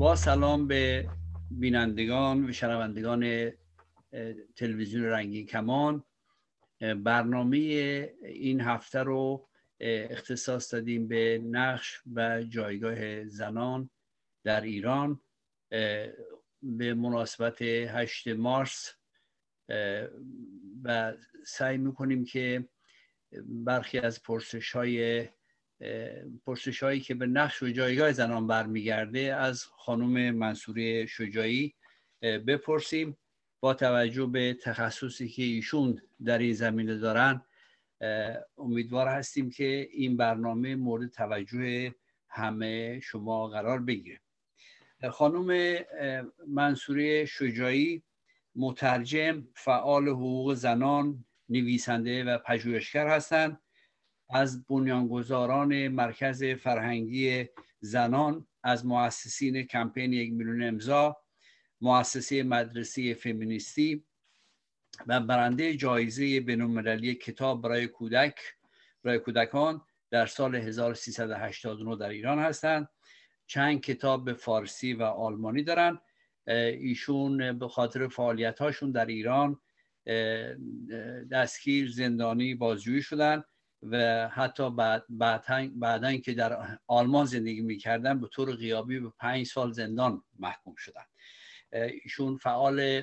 با سلام به بینندگان و شنوندگان تلویزیون رنگین کمان. برنامه این هفته رو اختصاص دادیم به نقش و جایگاه زنان در ایران به مناسبت 8 مارس و سعی میکنیم که برخی از پرسش هایی که به نقش و جایگاه زنان برمیگرده از خانم منصوره شجاعی بپرسیم. با توجه به تخصصی که ایشون در این زمینه دارن امیدوار هستیم که این برنامه مورد توجه همه شما قرار بگیره. خانم منصوره شجاعی مترجم، فعال حقوق زنان، نویسنده و پژوهشگر هستند. از بنیانگذاران مرکز فرهنگی زنان، از مؤسسین کمپین 1 میلیون امضا، مؤسسه مدرسه فمینیستی و برنده جایزه بین‌المللی کتاب برای کودکان در سال 1389 در ایران هستند. چند کتاب به فارسی و آلمانی دارن. ایشون به خاطر فعالیت‌هاشون در ایران دستگیر، زندانی، بازجویی شدن و حتی بعداً که در آلمان زندگی می‌کردن به طور غیابی به 5 سال زندان محکوم شدن. ایشون فعال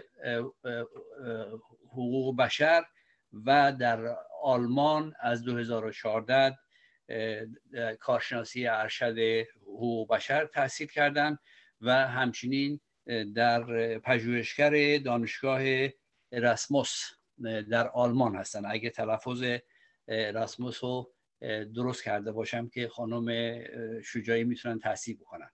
حقوق بشر و در آلمان از 2014 کارشناسی ارشد حقوق بشر تحصیل کردند و همچنین در پژوهشگر دانشگاه اراسموس در آلمان هستند. اگه تلفظ اراسموس رو درست کرده باشم که خانم شجاعی میتونن تصحیح بکنن.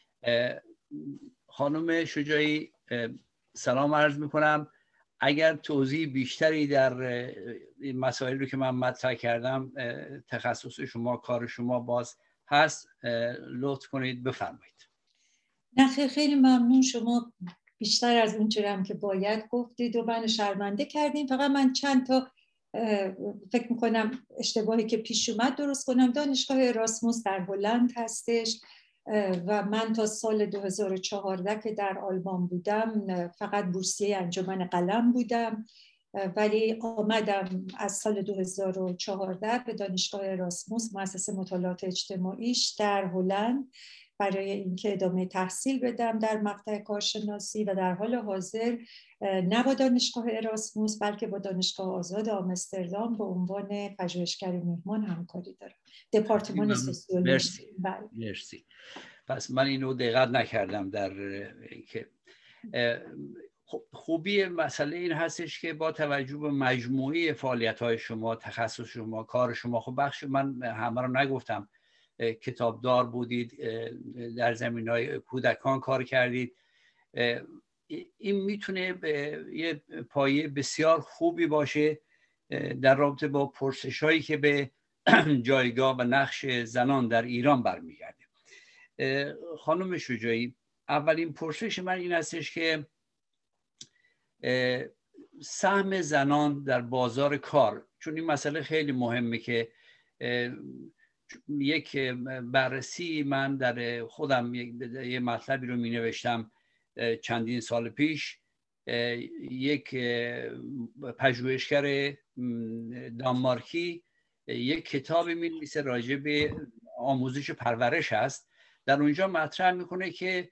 خانم شجاعی سلام عرض میکنم. اگر توضیح بیشتری در این مسائل رو که من مطرح کردم، تخصص شما، کار شما باز هست، لطف کنید بفرمایید. نه خیلی ممنون. شما بیشتر از اون چرا هم که باید گفتید و من شرمنده کردیم. فقط من چند تا فکر میکنم اشتباهی که پیش اومد درست کنم. دانشگاه اراسموس در هلند هستش و من تا سال 2014 که در آلمان بودم فقط بورسیه انجمن قلم بودم، ولی آمدم از سال 2014 به دانشگاه اراسموس، مؤسسه مطالعات اجتماعیش در هلند، برای اینکه ادامه تحصیل بدم در مقطع کارشناسی و در حال حاضر نه با دانشگاه اراسموس بلکه با دانشگاه آزاد آمستردام به عنوان پژوهشگر میهمان همکاری دارم. دپارتمان سوسیولوژی. مرسی. پس من اینو دقت نکردم در که خوبی مسئله این هستش که با توجه به مجموعه فعالیت‌های شما، تخصص شما، کار شما، خب بخش من همه رو نگفتم، کتابدار بودید، در زمینه‌های کودکان کار کردید، این میتونه یه پایه بسیار خوبی باشه در رابطه با پرسش‌هایی که به جایگاه و نقش زنان در ایران برمیگرده. خانم شجاعی، اولین پرسش من این هستش که سهم زنان در بازار کار، چون این مسئله خیلی مهمه که یک بررسی من در خودم یه مطلبی رو می نوشتم چندین سال پیش. یک پژوهشگر دانمارکی یک کتابی می نویسه راجع به آموزش پرورش هست. در اونجا مطرح میکنه که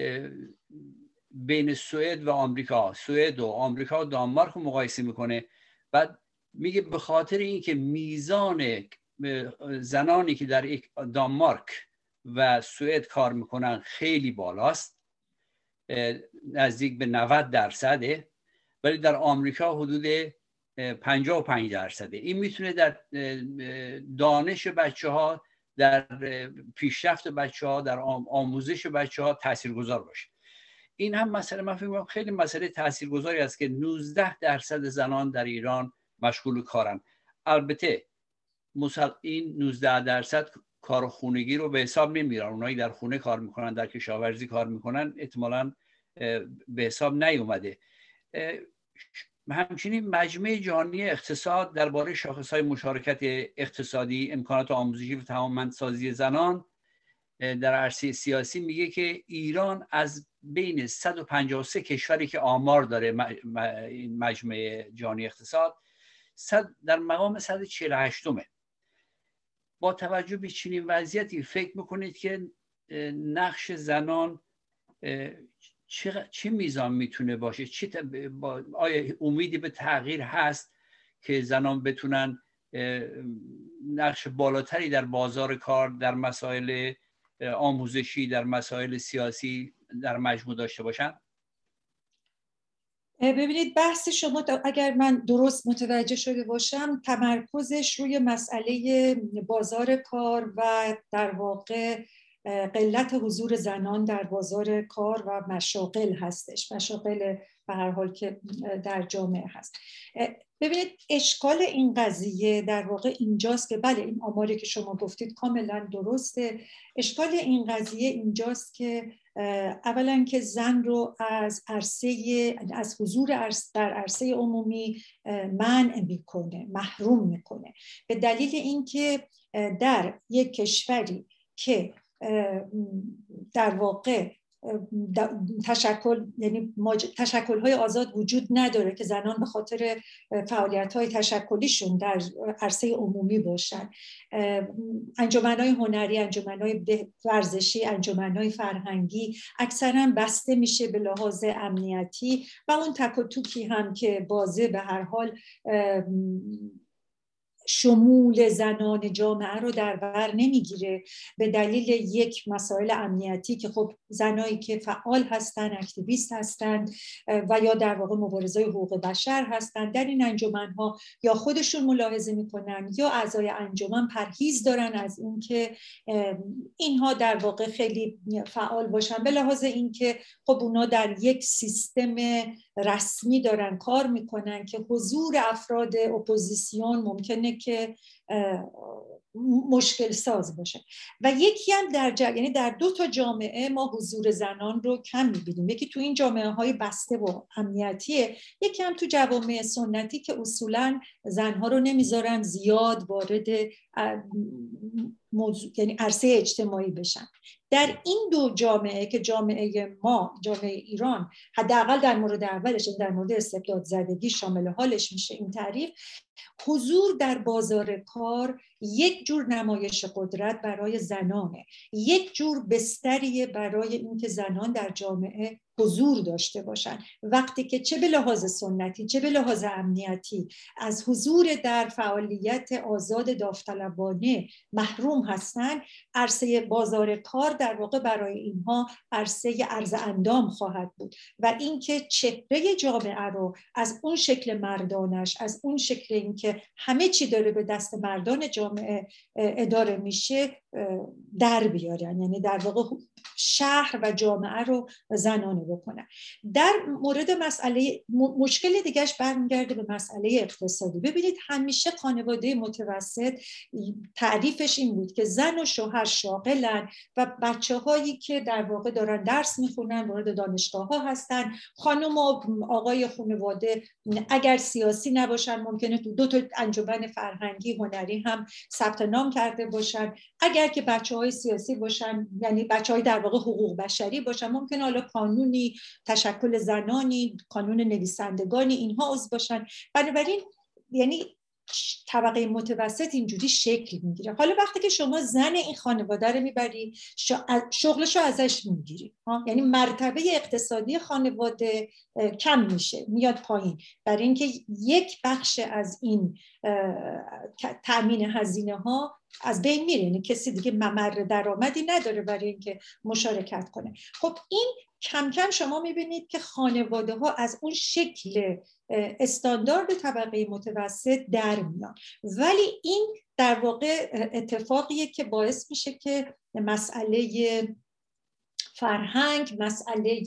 بین سوئد و آمریکا، سوئد و آمریکا و دانمارک رو مقایسه میکنه. بعد میگه به خاطر اینکه میزان زنانی که در دانمارک و سوئد کار میکنن خیلی بالاست، نزدیک به 90%، ولی در آمریکا حدود 55%. این میتونه در دانش بچه‌ها، در پیشرفت بچه‌ها، در آموزش بچه‌ها تاثیرگذار باشه. این هم مسئله، من فکر می‌کنم خیلی مسئله تاثیرگذاری است که 19% زنان در ایران مشغول کارن. البته این 19% کار خونگی رو به حساب نمیارن. اونایی در خونه کار میکنن، در کشاورزی کار میکنن، احتمالاً به حساب نیومده. همچنین مجمع جهانی اقتصاد درباره شاخص‌های مشارکت اقتصادی، امکانات آموزشی و توانمندسازی زنان در عرصه سیاسی میگه که ایران از بین 153 کشوری که آمار داره این مجمع جهانی اقتصاد در مقام 148م. با توجه به چنین وضعیتی فکر میکنید که نقش زنان چه میزان میتونه باشه؟ آیا امیدی به تغییر هست که زنان بتونن نقش بالاتری در بازار کار، در مسائل آموزشی، در مسائل سیاسی در مجموع داشته باشن؟ ببینید بحث شما اگر من درست متوجه شده باشم تمرکزش روی مسئله بازار کار و در واقع قلت حضور زنان در بازار کار و مشاغل هستش، مشاغل به هر حال که در جامعه هست. ببینید اشکال این قضیه در واقع اینجاست که بله این آماری که شما گفتید کاملا درسته. اشکال این قضیه اینجاست که اولا که زن رو از حضور در عرصه عمومی منع میکنه، محروم میکنه، به دلیل اینکه در یک کشوری که در واقع تشکل‌های آزاد وجود نداره که زنان به خاطر فعالیت‌های تشکلیشون در عرصه عمومی باشن، انجمن‌های هنری، انجمن‌های ورزشی، انجمن‌های فرهنگی اکثراً بسته میشه به لحاظ امنیتی و اون تک و توکی هم که بازه به هر حال شمول زنان جامعه رو در بر نمیگیره به دلیل یک مسائل امنیتی که خب زنایی که فعال هستن، اکتیویست هستند و یا در واقع مبارزای حقوق بشر هستند در این انجمن‌ها یا خودشون ملاحظه میکنن یا اعضای انجمن پرهیز دارن از اینکه اینها در واقع خیلی فعال باشن به لحاظ اینکه خب اونا در یک سیستم رسمی دارن کار میکنن که حضور افراد اپوزیسیون ممکنه که مشکل ساز باشه و یکی هم یعنی در دو تا جامعه ما حضور زنان رو کم میبینیم. یکی تو این جامعه های بسته و امنیتیه، یکی هم تو جوامع سنتی که اصولا زنها رو نمیذارن زیاد وارد یعنی عرصه اجتماعی بشن. در این دو جامعه که جامعه ما، جامعه ایران، حداقل در مورد اولش، در مورد استبداد زدگی شامل حالش میشه این تعریف، حضور در بازار کار یک جور نمایش قدرت برای زنانه، یک جور بستریه برای اینکه زنان در جامعه حضور داشته باشن. وقتی که چه به لحاظ سنتی چه به لحاظ امنیتی از حضور در فعالیت آزاد داوطلبانه محروم هستن، عرصه بازار کار در واقع برای اینها عرصه عرض اندام خواهد بود و اینکه چهره جامعه رو از اون شکل مردانش، از اون شکل اینکه همه چی داره به دست مردان جامعه اداره میشه در بیارن، یعنی در واقع شهر و جامعه رو زنانه بکنن. در مورد مسئله مشکل دیگهش برمیگرده به مسئله اقتصادی. ببینید همیشه خانواده متوسط تعریفش این بود که زن و شوهر شاغلن و بچه هایی که در واقع دارن درس میخونن وارد دانشگاه ها هستن، خانم و آقای خانواده اگر سیاسی نباشن ممکنه تو دو تا انجمن فرهنگی هنری هم ثبت نام کرده باشن، اگر که بچه های سیاسی باشن یعنی بچه های در واقع حقوق بشری باشن ممکنه حالا قانونی، تشکل زنانی، قانون نویسندگانی اینها عضو باشن. بنابراین یعنی طبقه متوسط اینجوری شکل میگیره. حالا وقتی که شما زن این خانواده رو میبری شغلش رو ازش میگیری، یعنی مرتبه اقتصادی خانواده کم میشه، میاد پایین، برای اینکه یک بخش از این تأمین هزینه ها از بین میره، یعنی کسی دیگه ممر درآمدی نداره برای اینکه مشارکت کنه. خب این کم کم شما میبینید که خانواده ها از اون شکل استاندارد طبقه متوسط در میان، ولی این در واقع اتفاقیه که باعث میشه که مسئله فرهنگ، مسئله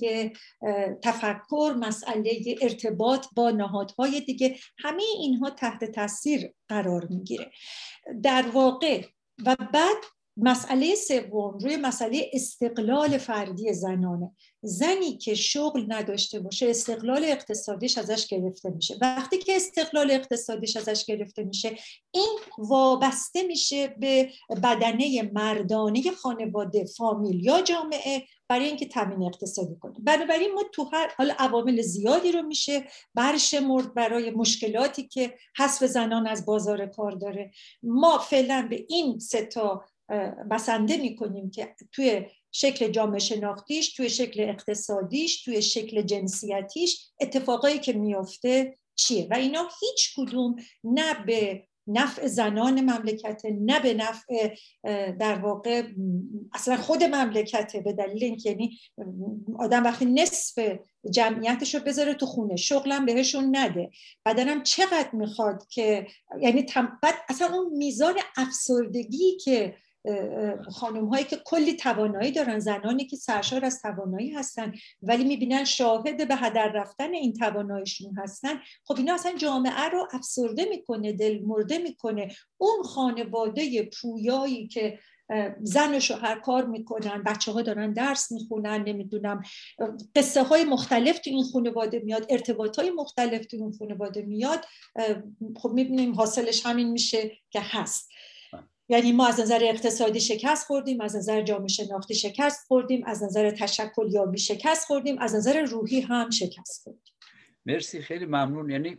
تفکر، مسئله ارتباط با نهادهای دیگه، همه اینها تحت تاثیر قرار میگیره در واقع. و بعد مسئله سوم روی مسئله استقلال فردی زنانه. زنی که شغل نداشته باشه استقلال اقتصادیش ازش گرفته میشه. وقتی که استقلال اقتصادیش ازش گرفته میشه، این وابسته میشه به بدنه مردانه خانواده، فامیل یا جامعه برای اینکه تامین اقتصادی کنه. بنابراین ما تو هر حال عوامل زیادی رو میشه برشمرد برای مشکلاتی که حذف زنان از بازار کار داره. ما فعلا به این سه تا بسنده میکنیم که توی شکل جامعه شناختیش، توی شکل اقتصادیش، توی شکل جنسیتیش اتفاقایی که میفته چیه و اینا هیچ کدوم نه به نفع زنان مملکت، نه به نفع در واقع اصلا خود مملکته، به دلیل اینکه یعنی آدم وقتی نصف جمعیتش رو بذاره تو خونه، شغلم بهشون نده، بعدنم چقدر میخواد که یعنی اصلا اون میزان افسردگی که خانم هایی که کلی توانایی دارن، زنانی که سرشار از توانایی هستن ولی میبینن شاهد به هدر رفتن این تواناییشون هستن، خب اینا اصلا جامعه رو افسرده میکنه، دل مرده میکنه. اون خانواده پویایی که زن و شوهر کار میکنن، بچه ها دارن درس میخونن، نمیدونم قصه های مختلف تو این خانواده میاد، ارتباط های مختلف تو این خانواده میاد، خب میبینیم حاصلش همین میشه که هست. یعنی ما از نظر اقتصادی شکست خوردیم، از نظر جامعه شناختی شکست خوردیم، از نظر تشکل یابی شکست خوردیم، از نظر روحی هم شکست خوردیم. مرسی، خیلی ممنون. یعنی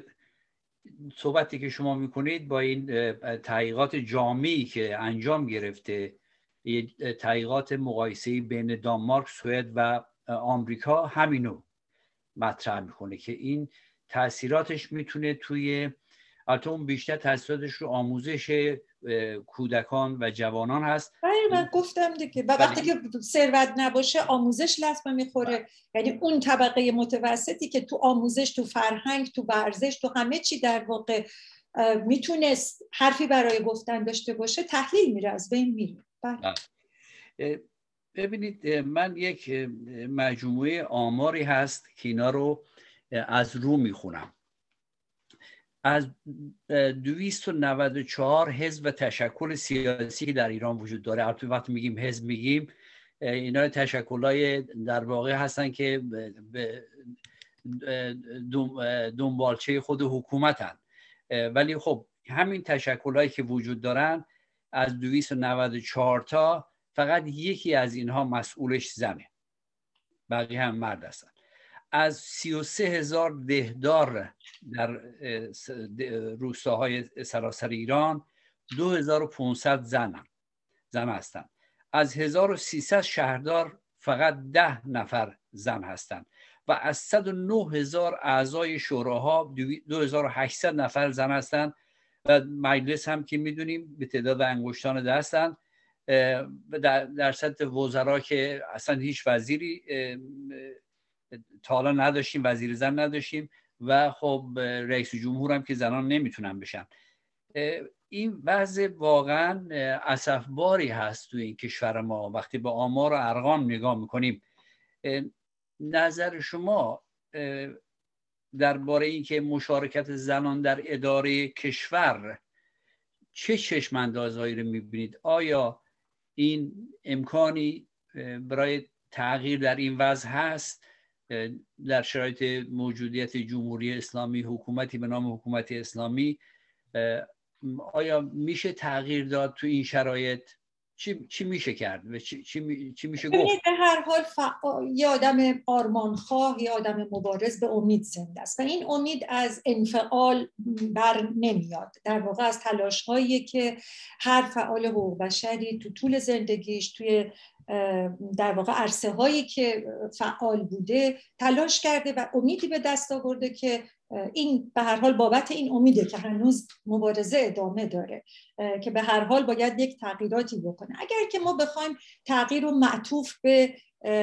صحبتی که شما میکنید با این تحقیقات جامعی که انجام گرفته، تحقیقات مقایسه‌ای بین دانمارک، سوئد و آمریکا، همینو مطرح میکنه که این تاثیراتش میتونه توی، البته اون بیشتر تاثیراتش رو آموزش کودکان و جوانان هست. من گفتم دیگه، وقتی که ثروت نباشه آموزش لطمه میخوره. یعنی اون طبقه متوسطی که تو آموزش، تو فرهنگ، تو ورزش، تو همه چی در واقع میتونست حرفی برای گفتن داشته باشه، تحلیل میره، از بین میره. ببینید، من یک مجموعه آماری هست که اینا رو از رو میخونم. از 294 حزب و تشکل سیاسی که در ایران وجود داره، البته وقتی میگیم حزب میگیم اینا تشکل‌های در واقع هستن که دنبالچه خود حکومتن، ولی خب همین تشکل‌هایی که وجود دارن از 294 تا فقط یکی از اینها مسئولش زنه، بقیه هم مرد هستن. از 33,000 دهدار در روستاهای سراسر ایران 2,500 زن هستند. از 1,300 شهردار فقط 10 نفر زن هستند و از 109,000 اعضای شوراها 2,800 نفر زن هستند و مجلس هم که میدونیم به تعداد انگشتان دستند. در سطح وزرا که اصلا هیچ وزیری تا حالا نداشتیم، وزیر زن نداشتیم و خب رئیس جمهور هم که زنان نمیتونن بشن. این وضع واقعا اسفباری هست توی این کشور ما. وقتی به آمار و ارقام نگاه میکنیم، نظر شما درباره این که مشارکت زنان در اداره کشور چه چشم‌اندازهایی رو میبینید؟ آیا این امکانی برای تغییر در این وضع هست در شرایط موجودیت جمهوری اسلامی، حکومتی به نام حکومت اسلامی؟ آیا میشه تغییر داد تو این شرایط؟ چی میشه کرد و چی میشه گفت؟ به هر حال یه آدم آرمانخواه، یه آدم مبارز به امید زنده است و این امید از انفعال بر نمیاد، در واقع از تلاش هایی که هر فعال حقوق بشری تو طول زندگیش توی در واقع عرصه هایی که فعال بوده تلاش کرده و امیدی به دست آورده که این به هر حال بابت این امیده که هنوز مبارزه ادامه داره که به هر حال باید یک تغییراتی بکنه. اگر که ما بخوایم تغییر رو معطوف به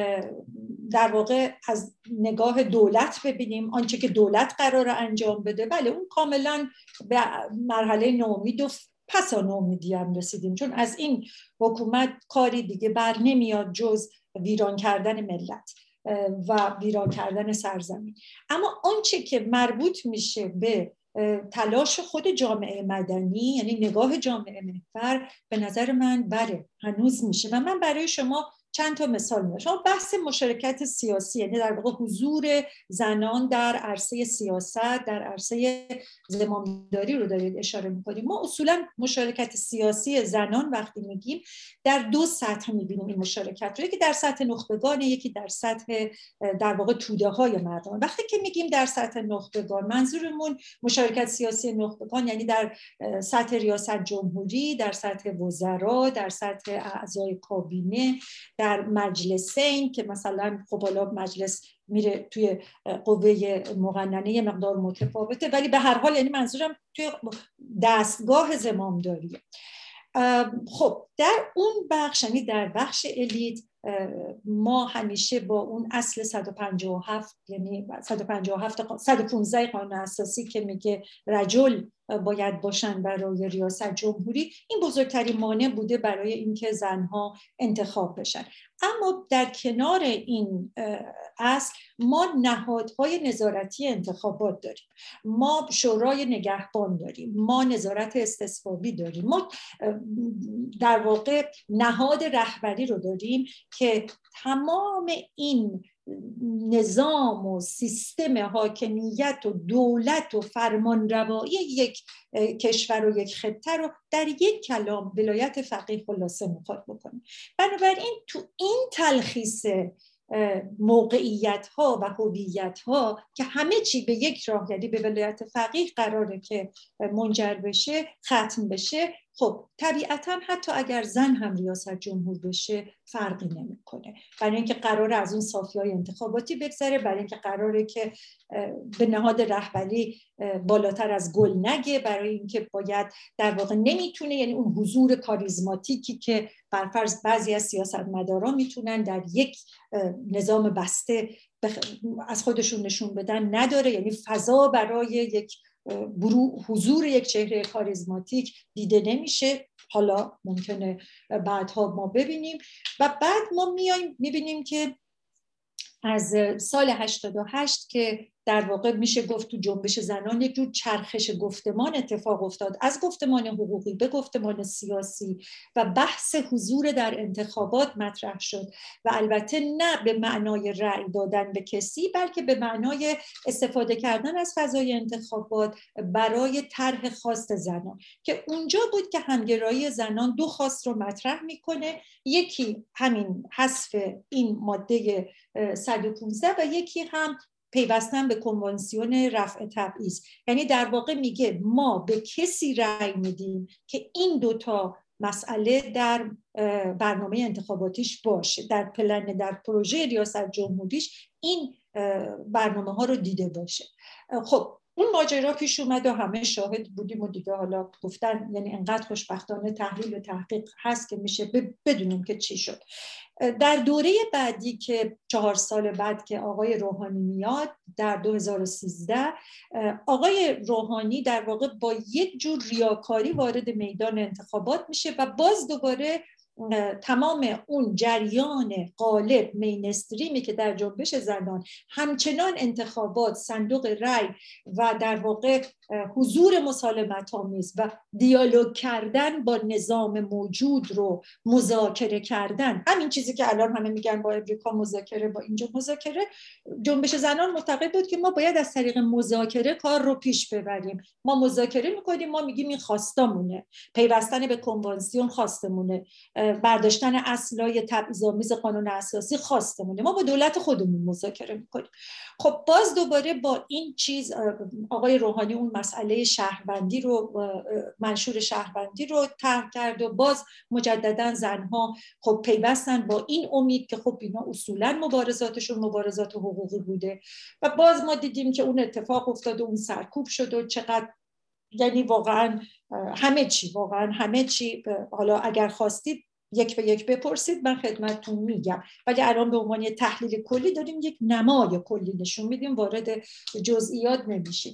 در واقع از نگاه دولت ببینیم، آنچه که دولت قراره انجام بده، بله اون کاملا به مرحله ناامید و پس ناامیدی هم رسیدیم، چون از این حکومت کاری دیگه بر نمیاد جز ویران کردن ملت و ویران کردن سرزمین. اما آنچه که مربوط میشه به تلاش خود جامعه مدنی، یعنی نگاه جامعه محور، به نظر من بره هنوز میشه. و من برای شما چند تا مثال میزنم. شما بحث مشارکت سیاسی، یعنی در واقع حضور زنان در عرصه سیاست، در عرصه زمامداری رو دارید اشاره میکنیم. ما اصولا مشارکت سیاسی زنان وقتی میگیم در دو سطح میبینیم این مشارکت رو، یکی در سطح نخبگان، یکی در سطح در واقع توده های مردم. وقتی که میگیم در سطح نخبگان، منظورمون مشارکت سیاسی نخبگان یعنی در سطح ریاست جمهوری، در سطح وزرا، در سطح اعضای کابینه، در مجلسین که مثلا خب حالا مجلس میره توی قوه مقننه یه مقدار متفاوته، ولی به هر حال یعنی منظورم توی دستگاه زمامداریه. خب در اون بخش، یعنی در بخش الیت، ما همیشه با اون اصل 157 یعنی 115 قانون اساسی که میگه رجل باید باشن برای ریاست جمهوری، این بزرگترین مانع بوده برای اینکه زنها انتخاب بشن. اما در کنار این اصل ما نهادهای نظارتی انتخابات داریم، ما شورای نگهبان داریم، ما نظارت استصوابی داریم، ما در واقع نهاد رهبری رو داریم که تمام این نظام و سیستم حاکمیت و دولت و فرمانروایی یک کشور و یک خطه رو در یک کلام ولایت فقیه خلاصه میخواد بکنه. بنابراین تو این تلخیص موقعیت ها و هویت ها که همه چی به یک راه، یعنی به ولایت فقیه قراره که منجر بشه، ختم بشه، خب طبیعتا حتی اگر زن هم ریاست جمهور بشه فرقی نمیکنه، برای اینکه قراره از اون صافیهای انتخاباتی بگذره، برای اینکه قراره که به نهاد رهبری بالاتر از گل نگه، برای اینکه باید در واقع نمیتونه، یعنی اون حضور کاریزماتیکی که برفرض بعضی از سیاستمداران میتونن در یک نظام بسته از خودشون نشون بدن نداره، یعنی فضا برای یک حضور یک چهره کاریزماتیک دیده نمیشه. حالا ممکنه بعدها ما ببینیم. و بعد ما میبینیم که از سال 88 که در واقع میشه گفت تو جنبش زنان یک جور چرخش گفتمان اتفاق افتاد، از گفتمان حقوقی به گفتمان سیاسی و بحث حضور در انتخابات مطرح شد و البته نه به معنای رأی دادن به کسی، بلکه به معنای استفاده کردن از فضای انتخابات برای طرح خواست زنان، که اونجا بود که همگرایی زنان دو خواست رو مطرح میکنه، یکی همین حذف این ماده 115 و یکی هم پیوستن به کنوانسیون رفع تبعیض. یعنی در واقع میگه ما به کسی رأی میدیم که این دوتا مسئله در برنامه انتخاباتیش باشه، در پلن، در پروژه ریاست جمهوریش این برنامه ها رو دیده باشه. خب اون ماجرا پیش اومد و همه شاهد بودیم و دیگه حالا گفتن، یعنی انقدر خوشبختانه تحلیل و تحقیق هست که میشه بدونیم که چی شد. در دوره بعدی که 4 سال بعد که آقای روحانی میاد در 2013، آقای روحانی در واقع با یک جور ریاکاری وارد میدان انتخابات میشه و باز دوباره تمام اون جریان غالب مینستریمی که در جنبش زنان همچنان انتخابات، صندوق رای و در واقع حضور مسالمت‌آمیز و دیالوگ کردن با نظام موجود رو مذاکره کردن، همین چیزی که الان همه میگن با امریکا مذاکره، با اینجا مذاکره، جنبش زنان معتقد بود که ما باید از طریق مذاکره کار رو پیش ببریم. ما مذاکره میکنیم، ما میگیم این خواستمونه، پیوستن به کنوانسیون خواستمونه، برداشتن اصلای تبعیض‌آمیز قانون اساسی خواستمونه، ما با دولت خودمون مذاکره میکنیم. خب باز دوباره با این چیز آقای روحانی اون مسئله شهروندی رو، منشور شهروندی رو طرح کرد و باز مجددا زنها خب پیوستن با این امید که خب اینا اصولا مبارزاتشون مبارزات حقوقی بوده و باز ما دیدیم که اون اتفاق افتاد و اون سرکوب شد و چقدر، یعنی واقعا همه چی حالا اگر خواستید یک به یک بپرسید من خدمتتون میگم، ولی الان به عنوان یه تحلیل کلی داریم یک نمای کلی نشون میدیم، وارد جزئیات نمیشیم.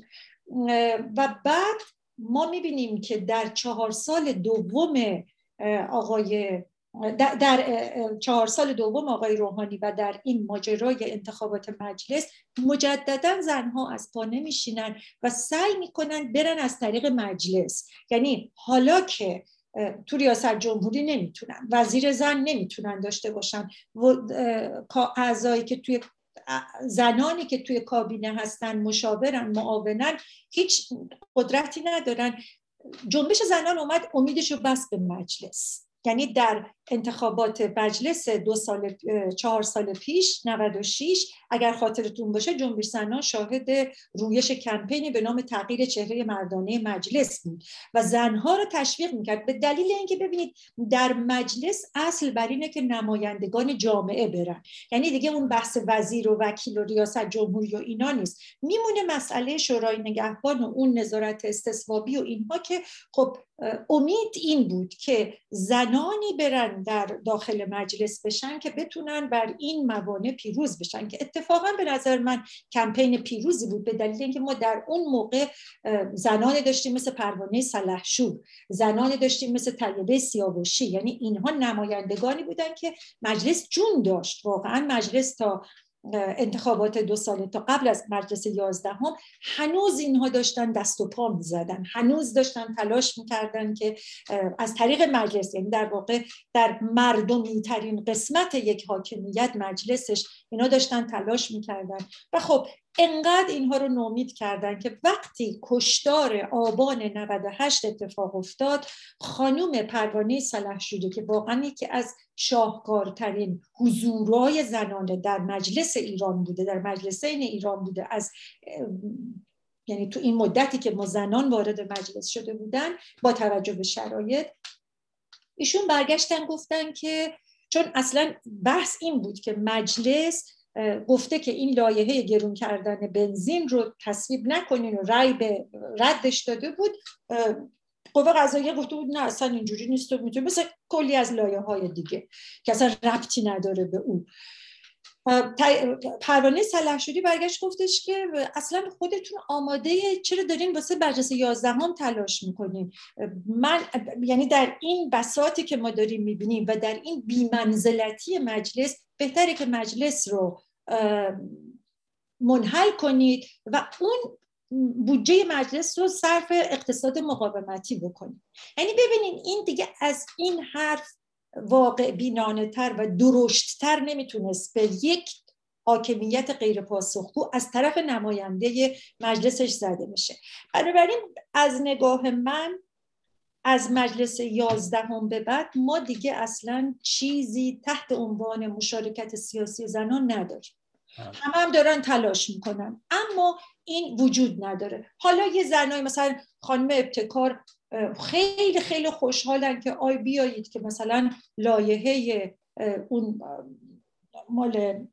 و بعد ما میبینیم که در 4 سال دوم آقای در 4 سال دوم آقای روحانی و در این ماجرای انتخابات مجلس مجددا زنها از پا نمیشینن و سعی میکنن برن از طریق مجلس. یعنی حالا که تو ریاست جمهوری نمیتونن، وزیر زن نمیتونن داشته باشن و اعضایی که توی زنانی که توی کابینه هستن، مشاورن، معاونن، هیچ قدرتی ندارن. جنبش زنان اومد امیدشو بست به مجلس. یعنی در انتخابات مجلس 4 سال پیش 96 اگر خاطرتون باشه جنبش زنان شاهد رویش کمپینی به نام تغییر چهره مردانه مجلس بود و زنها رو تشویق میکرد به دلیل اینکه ببینید در مجلس اصل بر اینه که نمایندگان جامعه برن. یعنی دیگه اون بحث وزیر و وکیل و ریاست جمهوری و اینا نیست، میمونه مسئله شورای نگهبان و اون نظارت استصوابی و اینها که خب امید این بود که زنانی برن در داخل مجلس بشن که بتونن بر این موانع پیروز بشن، که اتفاقا به نظر من کمپین پیروزی بود به دلیل اینکه ما در اون موقع زنان داشتیم مثل پروانه سلحشور، زنان داشتیم مثل طیبه سیاوشی، یعنی اینها نمایندگانی بودن که مجلس جون داشت. واقعا مجلس تا انتخابات 2 سال تا قبل از مجلس 11 هنوز اینها داشتن دست و پا می‌زدن، هنوز داشتن تلاش می‌کردن که از طریق مجلس، یعنی در واقع در مردمی ترین قسمت یک حاکمیت مجلسش، اینا داشتن تلاش می‌کردن و خب انقدر اینها رو نومید کردن که وقتی کشتار آبان 98 اتفاق افتاد، خانم پروانه سلحشوری که واقعا یکی از شاهکارترین حضورای زنانه در مجلس ایران بوده، در مجلسین ایران بوده، یعنی تو این مدتی که ما زنان وارد مجلس شده بودن، با توجه به شرایط ایشون برگشتن گفتن که چون اصلا بحث این بود که مجلس گفته که این لایحه گرون کردن بنزین رو تصویب نکنین و رأی به ردش داده بود، قوه قضاییه گفته بود نه اصلا اینجوری نیست و میتونه مثل کلی از لایحه‌های دیگه که اصلا ربطی نداره به اون. پروانه سلحشوری برگشت گفتش که اصلا خودتون آماده چرا دارین واسه مجلس 11 هم تلاش میکنین؟ من یعنی در این بساطی که ما داریم میبینیم و در این بی‌منزلتی مجلس بهتره که مجلس رو منحل کنید و اون بودجه مجلس رو صرف اقتصاد مقاومتی بکنید. یعنی ببینین این دیگه از این حرف واقع بینانه تر و درشت تر نمیتونست به یک حاکمیت غیر پاسخگو از طرف نماینده مجلسش زده میشه. بنابراین از نگاه من از مجلس 11 به بعد ما دیگه اصلا چیزی تحت عنوان مشارکت سیاسی زنان نداریم. هم دارن تلاش میکنن اما این وجود نداره. حالا یه زنای مثلا خانم ابتکار خیلی خیلی خوشحالن که بیایید که مثلا لایحه اون مال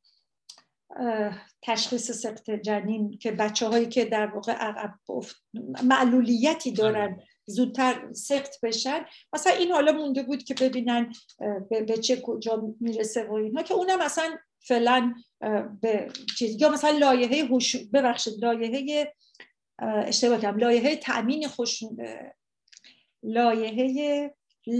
تشخیص سقط جنین که بچه‌هایی که در واقع معلولیتی دارن زودتر سقط بشن، مثلا این حالا مونده بود که ببینن به چه کجا میرسه و اینها، که اونم مثلا فعلا به چیز، یا مثلا لایحه اشتباه کردم، لایحه تأمین لایحه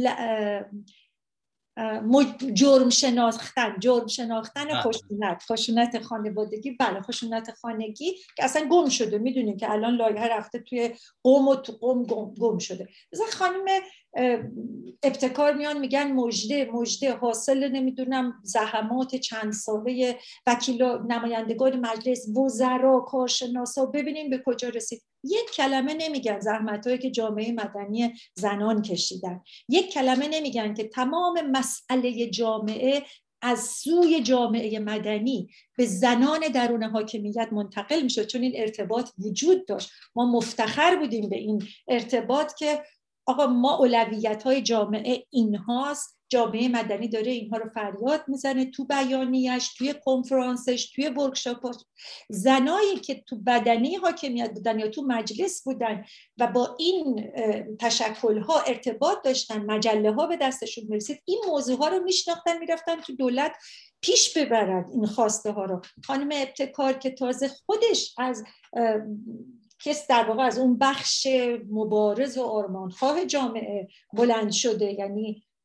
جرم شناختن خشونت خانوادگی، بله خشونت خانگی که اصلا گم شده. میدونیم که الان لایحه رفته توی قم و تو قم گم شده. مثلا خانم ابتکار میان میگن مژده حاصل نمیدونم زحمات چند ساله وکیلا، نمایندگان مجلس، وزرا، کارشناسا، ببینیم به کجا رسید. یک کلمه نمیگن زحمتایی که جامعه مدنی زنان کشیدن، یک کلمه نمیگن که تمام مسئله جامعه از سوی جامعه مدنی به زنان درون حاکمیت منتقل میشد، چون این ارتباط وجود داشت. ما مفتخر بودیم به این ارتباط که آقا ما اولویت‌های جامعه اینهاست، جامعه مدنی داره اینها رو فریاد میزنه تو بیانیه‌اش، توی کنفرانسش، توی ورکشاپاش. زنایی که تو بدنه حاکمیت بودن یا تو مجلس بودن و با این تشکل‌ها ارتباط داشتن، مجله‌ها به دستشون میرسید، این موضوع‌ها رو میشناختن، میرفتن تو دولت پیش ببرن این خواسته ها رو. خانم ابتکار که تازه خودش از کس در واقع از اون بخش مبارز و آرمانخواه جامعه بلند شده، یعنی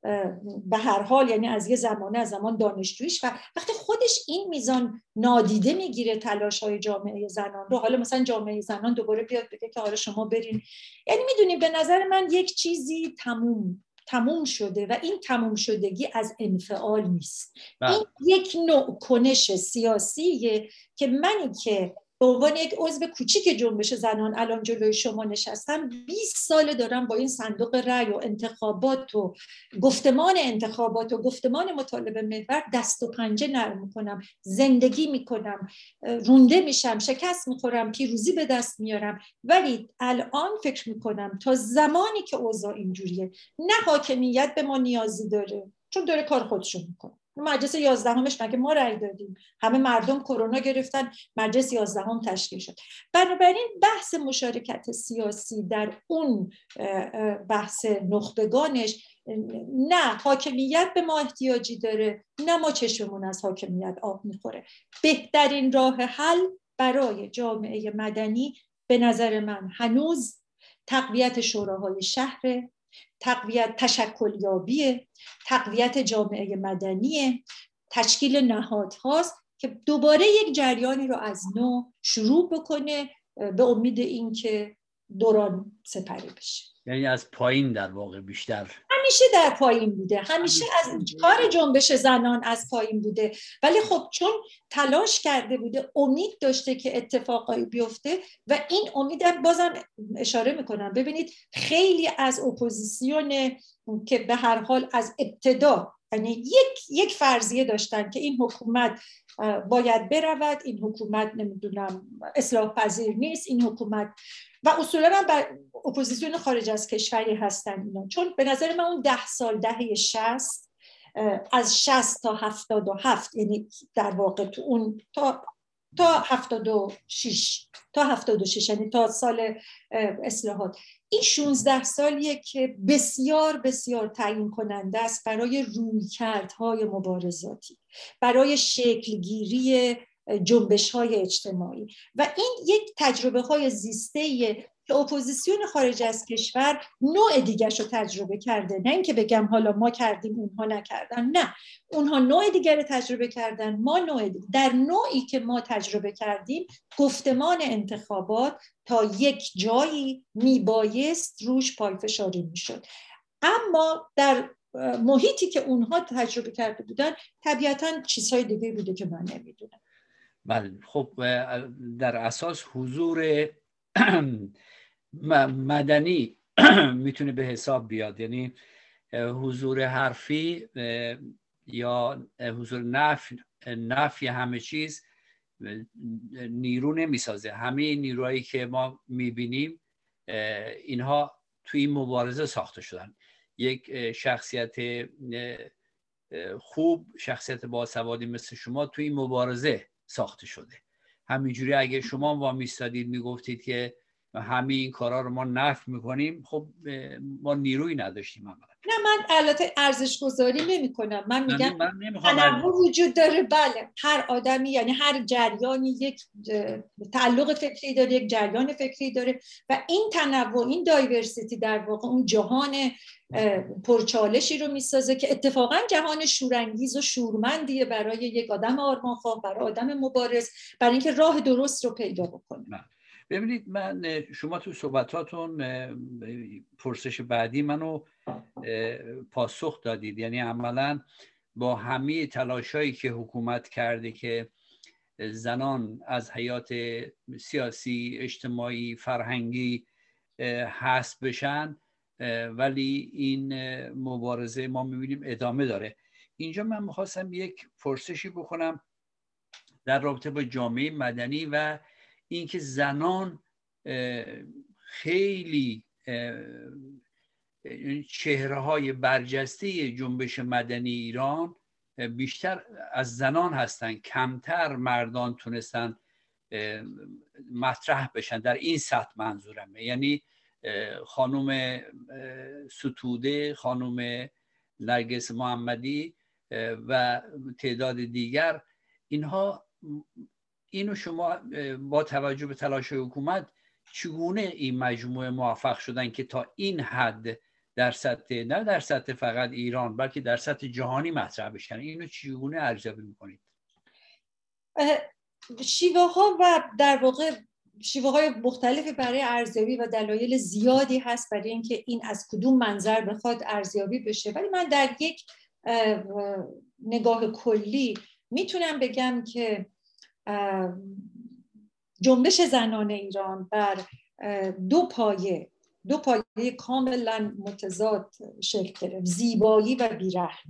به هر حال یعنی از یه زمانه از زمان دانشجویش و وقتی خودش این میزان نادیده میگیره تلاش‌های جامعه زنان رو، حالا مثلا جامعه زنان دوباره بیاد بگه که حالا شما برین، یعنی میدونی به نظر من یک چیزی تموم شده و این تموم شدگی از انفعال نیست. این یک نوع کنش سیاسیه که منی که به عنوان یک عضو کوچیک جنبش زنان الان جلوی شما نشستم 20 سال دارم با این صندوق رأی و انتخابات و گفتمان انتخابات و گفتمان مطالبه محور دست و پنجه نرم میکنم، زندگی میکنم، رونده میشم، شکست میخورم، پیروزی به دست میارم. ولی الان فکر میکنم تا زمانی که اوضاع اینجوریه نه حاکمیت به ما نیازی داره، چون داره کار خودشو میکنه. مجلس 11مش مگه ما رأی دادیم؟ همه مردم کرونا گرفتن، مجلس 11 تشکیل شد. بنابراین بحث مشارکت سیاسی در اون بحث نخبگانش، نه حاکمیت به ما احتیاجی داره نه ما چشممون از حاکمیت آب میخوره. بهترین راه حل برای جامعه مدنی به نظر من هنوز تقویت شوراهای شهر، تقویت تشکلیابی، تقویت جامعه مدنی، تشکیل نهادهاست که دوباره یک جریانی رو از نو شروع بکنه به امید اینکه دوران سپری بشه. یعنی از پایین در واقع بیشتر همیشه در پایین بوده، همیشه از کار جنبش زنان از پایین بوده، ولی خب چون تلاش کرده بوده، امید داشته که اتفاقایی بیفته و این امیدم بازم اشاره میکنم ببینید خیلی از اپوزیسیون که به هر حال از ابتدا یعنی یک فرضیه داشتن که این حکومت باید برود، این حکومت نمیدونم اصلاح پذیر نیست، این حکومت و اصولا هم بر اپوزیسیون خارج از کشوری هستن اینا، چون به نظر من اون 10 سال دهه 60 از 60 تا 77 یعنی در واقع تو اون تا 76 یعنی تا سال اصلاحات، این 16 سالیه که بسیار بسیار تعیین کننده است برای رویکردهای مبارزاتی، برای شکلگیری جنبش‌های اجتماعی و این یک تجربه‌های زیسته‌ایه که اپوزیسیون خارج از کشور نوع دیگرش رو تجربه کرده. نه اینکه بگم حالا ما کردیم اونها نکردن، نه، اونها نوع دیگر رو تجربه کردن، ما نوع دیگر. در نوعی که ما تجربه کردیم گفتمان انتخابات تا یک جایی میبایست روش پایفشاری میشد، اما در محیطی که اونها تجربه کرده بودن طبیعتاً چیزهای دیگه بوده که من نمیدونم. بله، خب در اساس حضور مدنی میتونه به حساب بیاد، یعنی حضور حرفی یا حضور نفی همه چیز نیرو نمیسازه. همه نیروهایی که ما میبینیم اینها توی این مبارزه ساخته شدن. یک شخصیت خوب، شخصیت باسوادی مثل شما توی این مبارزه ساخته شده. همینجوری اگه شما وامیستادید میگفتید که همه این کارا رو ما نفی میکنیم، خب ما نیرویی نداشتیم عملا. نه، من البته ارزش گذاری نمی کنم، من میگم تنوع وجود داره. بله، هر آدمی یعنی هر جریانی یک تعلق فکری داره، یک جریان فکری داره و این تنوع، این دایورسیتی در واقع اون جهان پرچالشی رو میسازه که اتفاقا جهان شورانگیز و شورمندیه برای یک آدم آرمانخواه، برای آدم مبارز، برای اینکه راه درست رو پیدا بکنه. ببینید، من شما تو صحبتاتون پرسش بعدی منو پاسخ دادید، یعنی عملا با همه تلاشایی که حکومت کرده که زنان از حیات سیاسی، اجتماعی، فرهنگی حذف بشن، ولی این مبارزه ما میبینیم ادامه داره. اینجا من میخواستم یک پرسشی بکنم در رابطه با جامعه مدنی و اینکه زنان خیلی چهره‌های برجسته جنبش مدنی ایران بیشتر از زنان هستند، کمتر مردان تونستن مطرح بشن در این سطح. منظورمه یعنی خانم ستوده، خانم نرگس محمدی و تعداد دیگر، اینو شما با توجه به تلاش حکومت چگونه این مجموعه موفق شدن که تا این حد در سطح، نه در سطح فقط ایران بلکه در سطح جهانی مطرح بشن؟ اینو چگونه ارزیابی میکنید؟ شیوه ها و در واقع شیوه های مختلفی برای ارزیابی و دلایل زیادی هست برای اینکه این از کدوم منظر بخواد ارزیابی بشه، ولی من در یک نگاه کلی میتونم بگم که جنبش زنان ایران بر دو پایه کاملا متضاد شکل گرفت: زیبایی و بیرحمی.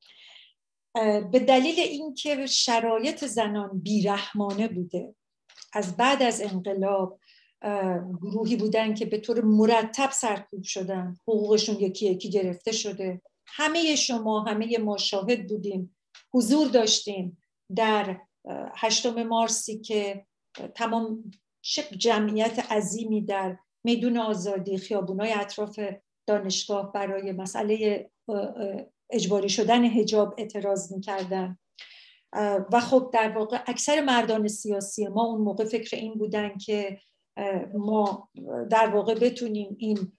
به دلیل اینکه شرایط زنان بیرحمانه بوده، از بعد از انقلاب گروهی بودن که به طور مرتب سرکوب شدن، حقوقشون یکی یکی گرفته شده. همه ما شاهد بودیم، حضور داشتیم در 8 مارسی که تمام جمعیت عظیمی در میدون آزادی، خیابونای اطراف دانشگاه برای مسئله اجباری شدن حجاب اعتراض می‌کردن. و خب در واقع اکثر مردان سیاسی ما اون موقع فکر این بودن که ما در واقع بتونیم این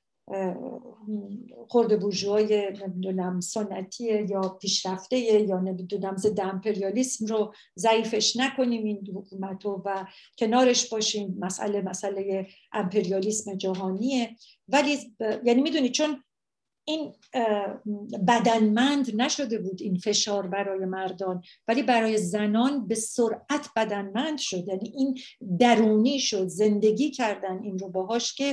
خرده بورژوای نمیدونم سنتی یا پیشرفته یا نمیدونم ضد امپریالیسم رو ضعیفش نکنیم این حکومت رو و کنارش باشیم. مسئله امپریالیسم جهانیه، ولی یعنی میدونی چون این بدنمند نشده بود این فشار برای مردان، ولی برای زنان به سرعت بدنمند شد. یعنی این درونی شد، زندگی کردن این رو باهاش که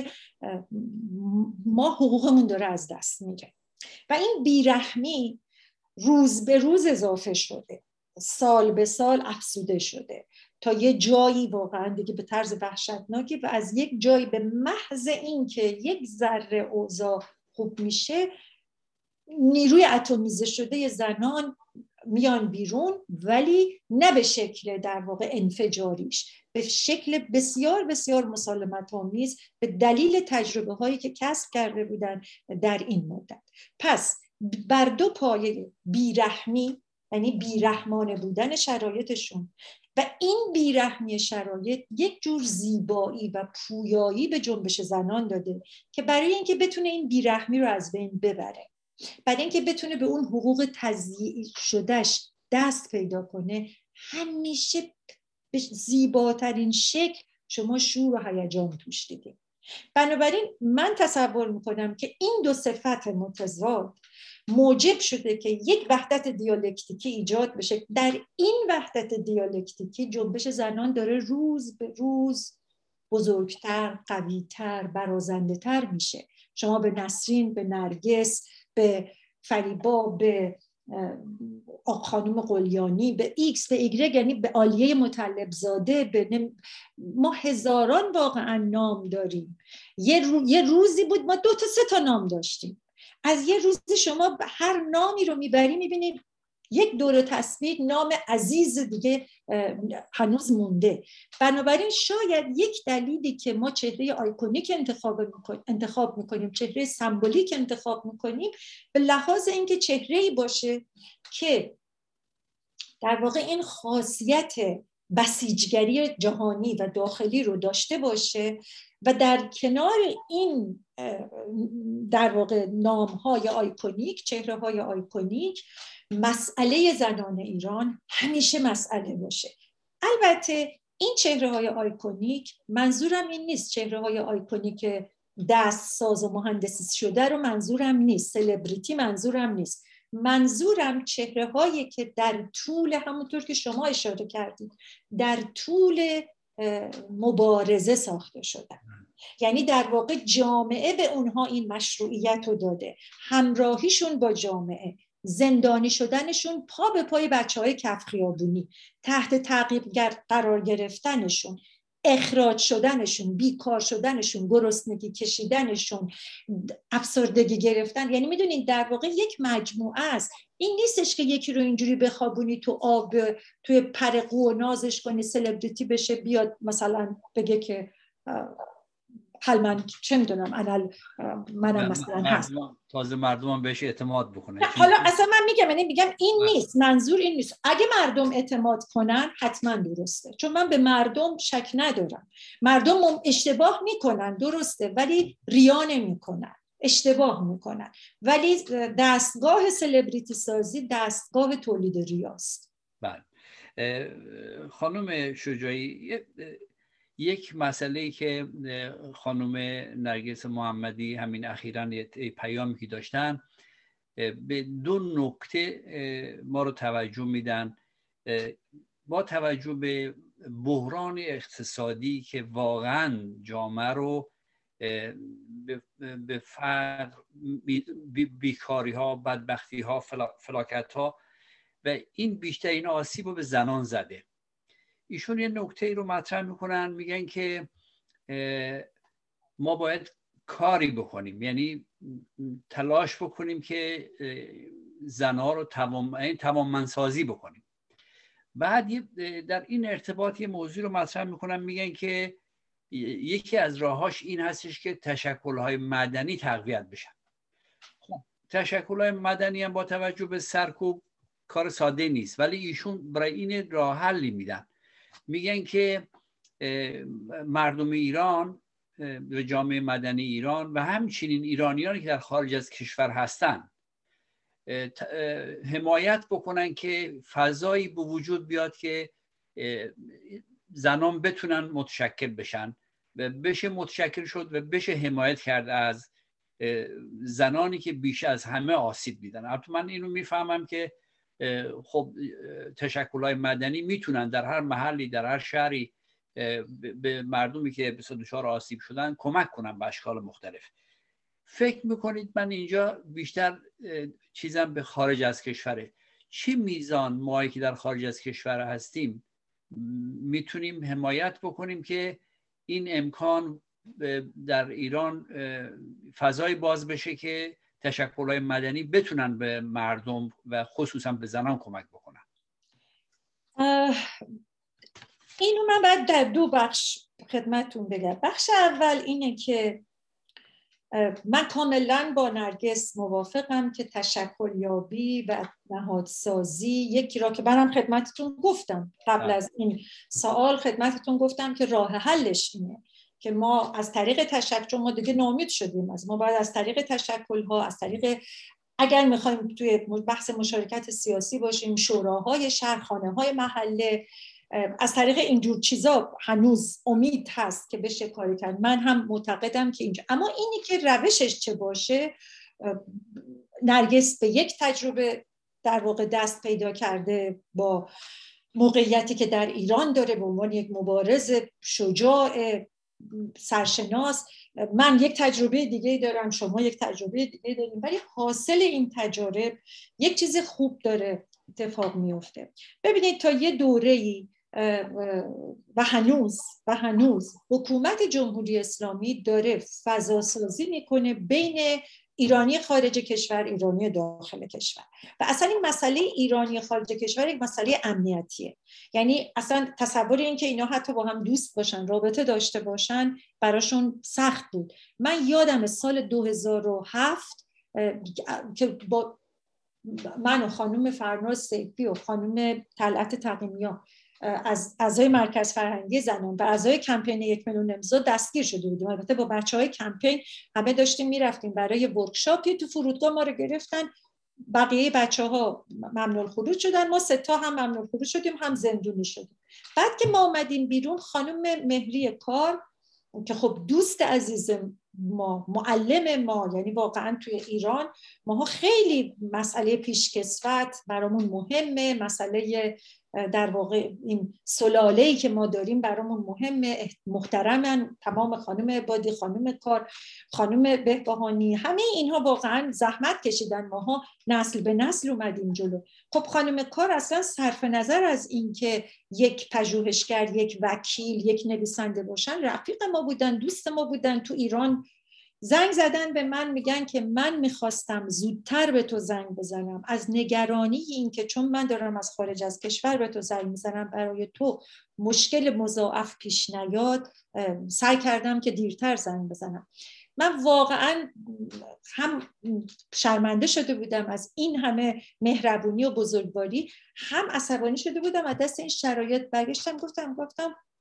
ما حقوقمون داره از دست میره. و این بیرحمی روز به روز اضافه شده، سال به سال افزوده شده تا یه جایی واقعا دیگه به طرز وحشتناکی و از یک جایی به محض این که یک ذره اوضاع خوب میشه نیروی اتمیزه شده زنان میان بیرون، ولی نه به شکل در واقع انفجاریش، به شکل بسیار بسیار مسالمت آمیز به دلیل تجربه هایی که کسب کرده بودن در این مدت. پس بر دو پایه بیرحمی، یعنی بیرحمانه بودن شرایطشون و این بیرحمی شرایط یک جور زیبایی و پویایی به جنبش زنان داده که برای اینکه بتونه این بیرحمی رو از بین ببره، برای اینکه بتونه به اون حقوق تضییع شدهش دست پیدا کنه، همیشه به زیباترین شکل شما شور و هیجان توش دیدید. بنابراین من تصور میکنم که این دو صفت متضاد موجب شده که یک وحدت دیالکتیکی ایجاد بشه. در این وحدت دیالکتیکی جنبش زنان داره روز به روز بزرگتر، قویتر، برازنده‌تر میشه. شما به نسرین، به نرگس، به فریبا، به خانم قلیانی، به ایکس، به ایگرگ، یعنی به عالیه مطلب زاده، به ما هزاران واقعا نام داریم. یه روزی بود ما 2 تا 3 تا نام داشتیم. از یه روزی شما هر نامی رو میبری میبینید یک دوره تصویر نام عزیز دیگه هنوز مونده. بنابراین شاید یک دلیلی که ما چهره آیکونیک انتخاب میکنیم، چهره سمبولیک انتخاب میکنیم، به لحاظ اینکه چهره‌ای باشه که در واقع این خاصیت بسیجگری جهانی و داخلی رو داشته باشه و در کنار این در واقع نام‌های آیکونیک، چهره‌های آیکونیک، مسئله زنان ایران همیشه مسئله باشه. البته این چهره‌های آیکونیک، منظورم این نیست چهره‌های آیکونیک دست ساز و مهندسی شده رو منظورم نیست، سلبریتی منظورم نیست. منظورم چهره‌هایی که در طول، همونطور که شما اشاره کردید، در طول مبارزه ساخته شدن. یعنی در واقع جامعه به اونها این مشروعیت رو داده، همراهیشون با جامعه، زندانی شدنشون، پا به پای بچه‌های کف خیابونی، تحت تعقیب قرار گرفتنشون، اخراج شدنشون، بیکار شدنشون، گرسنگی کشیدنشون، افسردگی گرفتن. یعنی میدونید در واقع یک مجموعه است. این نیستش که یکی رو اینجوری بخوابونی تو آب، توی پرقو و نازش کنی سلبریتی بشه، بیاد مثلا بگه که حال من چه میدونم منم مثلا هست، تازه مردم بهش اعتماد بکنن. حالا اصلا من میگم این نیست، منظور این نیست. اگه مردم اعتماد کنن حتما درسته، چون من به مردم شک ندارم. مردم اشتباه میکنن، درسته، ولی ریا نمیکنن. اشتباه میکنن. ولی دستگاه سلبریتی سازی دستگاه تولید ریاست. بله. خانم شجاعی، یک مسئله که خانم نرگس محمدی همین اخیراً پیامی که داشتن به دو نکته ما رو توجه میدن. با توجه به بحران اقتصادی که واقعاً جامعه رو به فقر، بیکاری ها، بدبختی ها، فلاکت ها و این بیشترین آسیب رو به زنان زده. ایشون یه نکته ای رو مطرح میکنن، میگن که ما باید کاری بکنیم، یعنی تلاش بکنیم که زنها رو توانمندسازی بکنیم. بعد در این ارتباط یه موضوع رو مطرح میکنن، میگن که یکی از راهاش این هستش که تشکل‌های مدنی تقویت بشن. خب تشکل‌های مدنی هم با توجه به سرکوب کار ساده نیست، ولی ایشون برای این راه حلی میدن. میگن که مردم ایران و جامعه مدنی ایران و همچنین ایرانیانی که در خارج از کشور هستن حمایت بکنن که فضایی به وجود بیاد که زنان بتونن متشکل بشن و بشه متشکل شد و بشه حمایت کرد از زنانی که بیش از همه آسیب دیدن. البته من اینو میفهمم که خب تشکل‌های مدنی میتونن در هر محلی، در هر شهری به مردمی که به دچار آسیب شدن کمک کنن به اشکال مختلف. فکر میکنید من اینجا بیشتر چیزم به خارج از کشوره، چی میزان مایی که در خارج از کشور هستیم میتونیم حمایت بکنیم که این امکان در ایران فضای باز بشه که تشکل‌های مدنی بتونن به مردم و خصوصا به زنان کمک بکنن؟ اینو من باید در دو بخش خدمتتون بگم. بخش اول اینه که من کاملا با نرگس موافقم که تشکل یابی و نهادسازی یکی را که منم خدمتتون گفتم قبل از این سوال خدمتتون گفتم که راه حلش اینه که ما از طریق تشکل، ما دیگه ناامید شدیم ما باید از طریق تشکل ها، از طریق اگر میخوایم توی بحث مشارکت سیاسی باشیم، شوراهای شهر، خانه های محله، از طریق اینجور چیزا هنوز امید هست که بشه کاری کرد. من هم معتقدم که اینجا، اما اینی که روشش چه باشه، نرگس به یک تجربه در واقع دست پیدا کرده با موقعیتی که در ایران داره به عنوان یک مبارز شجاع سرشناس. من یک تجربه دیگه دارم، شما یک تجربه دیگه داریم، ولی حاصل این تجارب یک چیز خوب داره اتفاق میفته. ببینید تا یه دوره‌ای و هنوز حکومت جمهوری اسلامی داره فضا سازی میکنه بین ایرانی خارج کشور، ایرانی داخل کشور. و اصلا این مسئله ایرانی خارج کشور یک مسئله امنیتیه. یعنی اصلا تصور این که اینا حتی با هم دوست باشن، رابطه داشته باشن، براشون سخت بود. من یادم سال 2007 که با من و خانم فرناز سیفی و خانم طلعت تقی‌نیا از اعضای مرکز فرهنگی زنان و اعضای کمپین 1 میلیون امضا دستگیر شده بودیم. البته با بچهای کمپین همه داشتیم میرفتیم برای ورکشاپی، تو فرودگاه ما رو گرفتن، بقیه بچه‌ها ممنوع الخروج شدن، ما 3 تا هم ممنوع الخروج شدیم، هم زندونی شدیم. بعد که ما اومدیم بیرون، خانم مهری کار که خب دوست عزیز ما، معلم ما، یعنی واقعا توی ایران ماها خیلی مسئله پیشکسوت برامون مهمه، مسئله در واقع این سلاله‌ای که ما داریم برامون مهمه، محترمن تمام، خانم عبادی، خانم کار، خانم بهبهانی، همه اینها واقعا زحمت کشیدن، ماها نسل به نسل اومدیم جلو. خب خانم کار اصلا صرف نظر از این که یک پژوهشگر، یک وکیل، یک نویسنده باشن، رفیق ما بودن، دوست ما بودن. تو ایران زنگ زدن به من، میگن که من میخواستم زودتر به تو زنگ بزنم از نگرانی این که چون من دارم از خارج از کشور به تو زنگ میزنم برای تو مشکل مضاعف پیش نیاد، سعی کردم که دیرتر زنگ بزنم. من واقعا هم شرمنده شده بودم از این همه مهربونی و بزرگواری، هم عصبانی شده بودم از دست این شرایط. برگشتم گفتم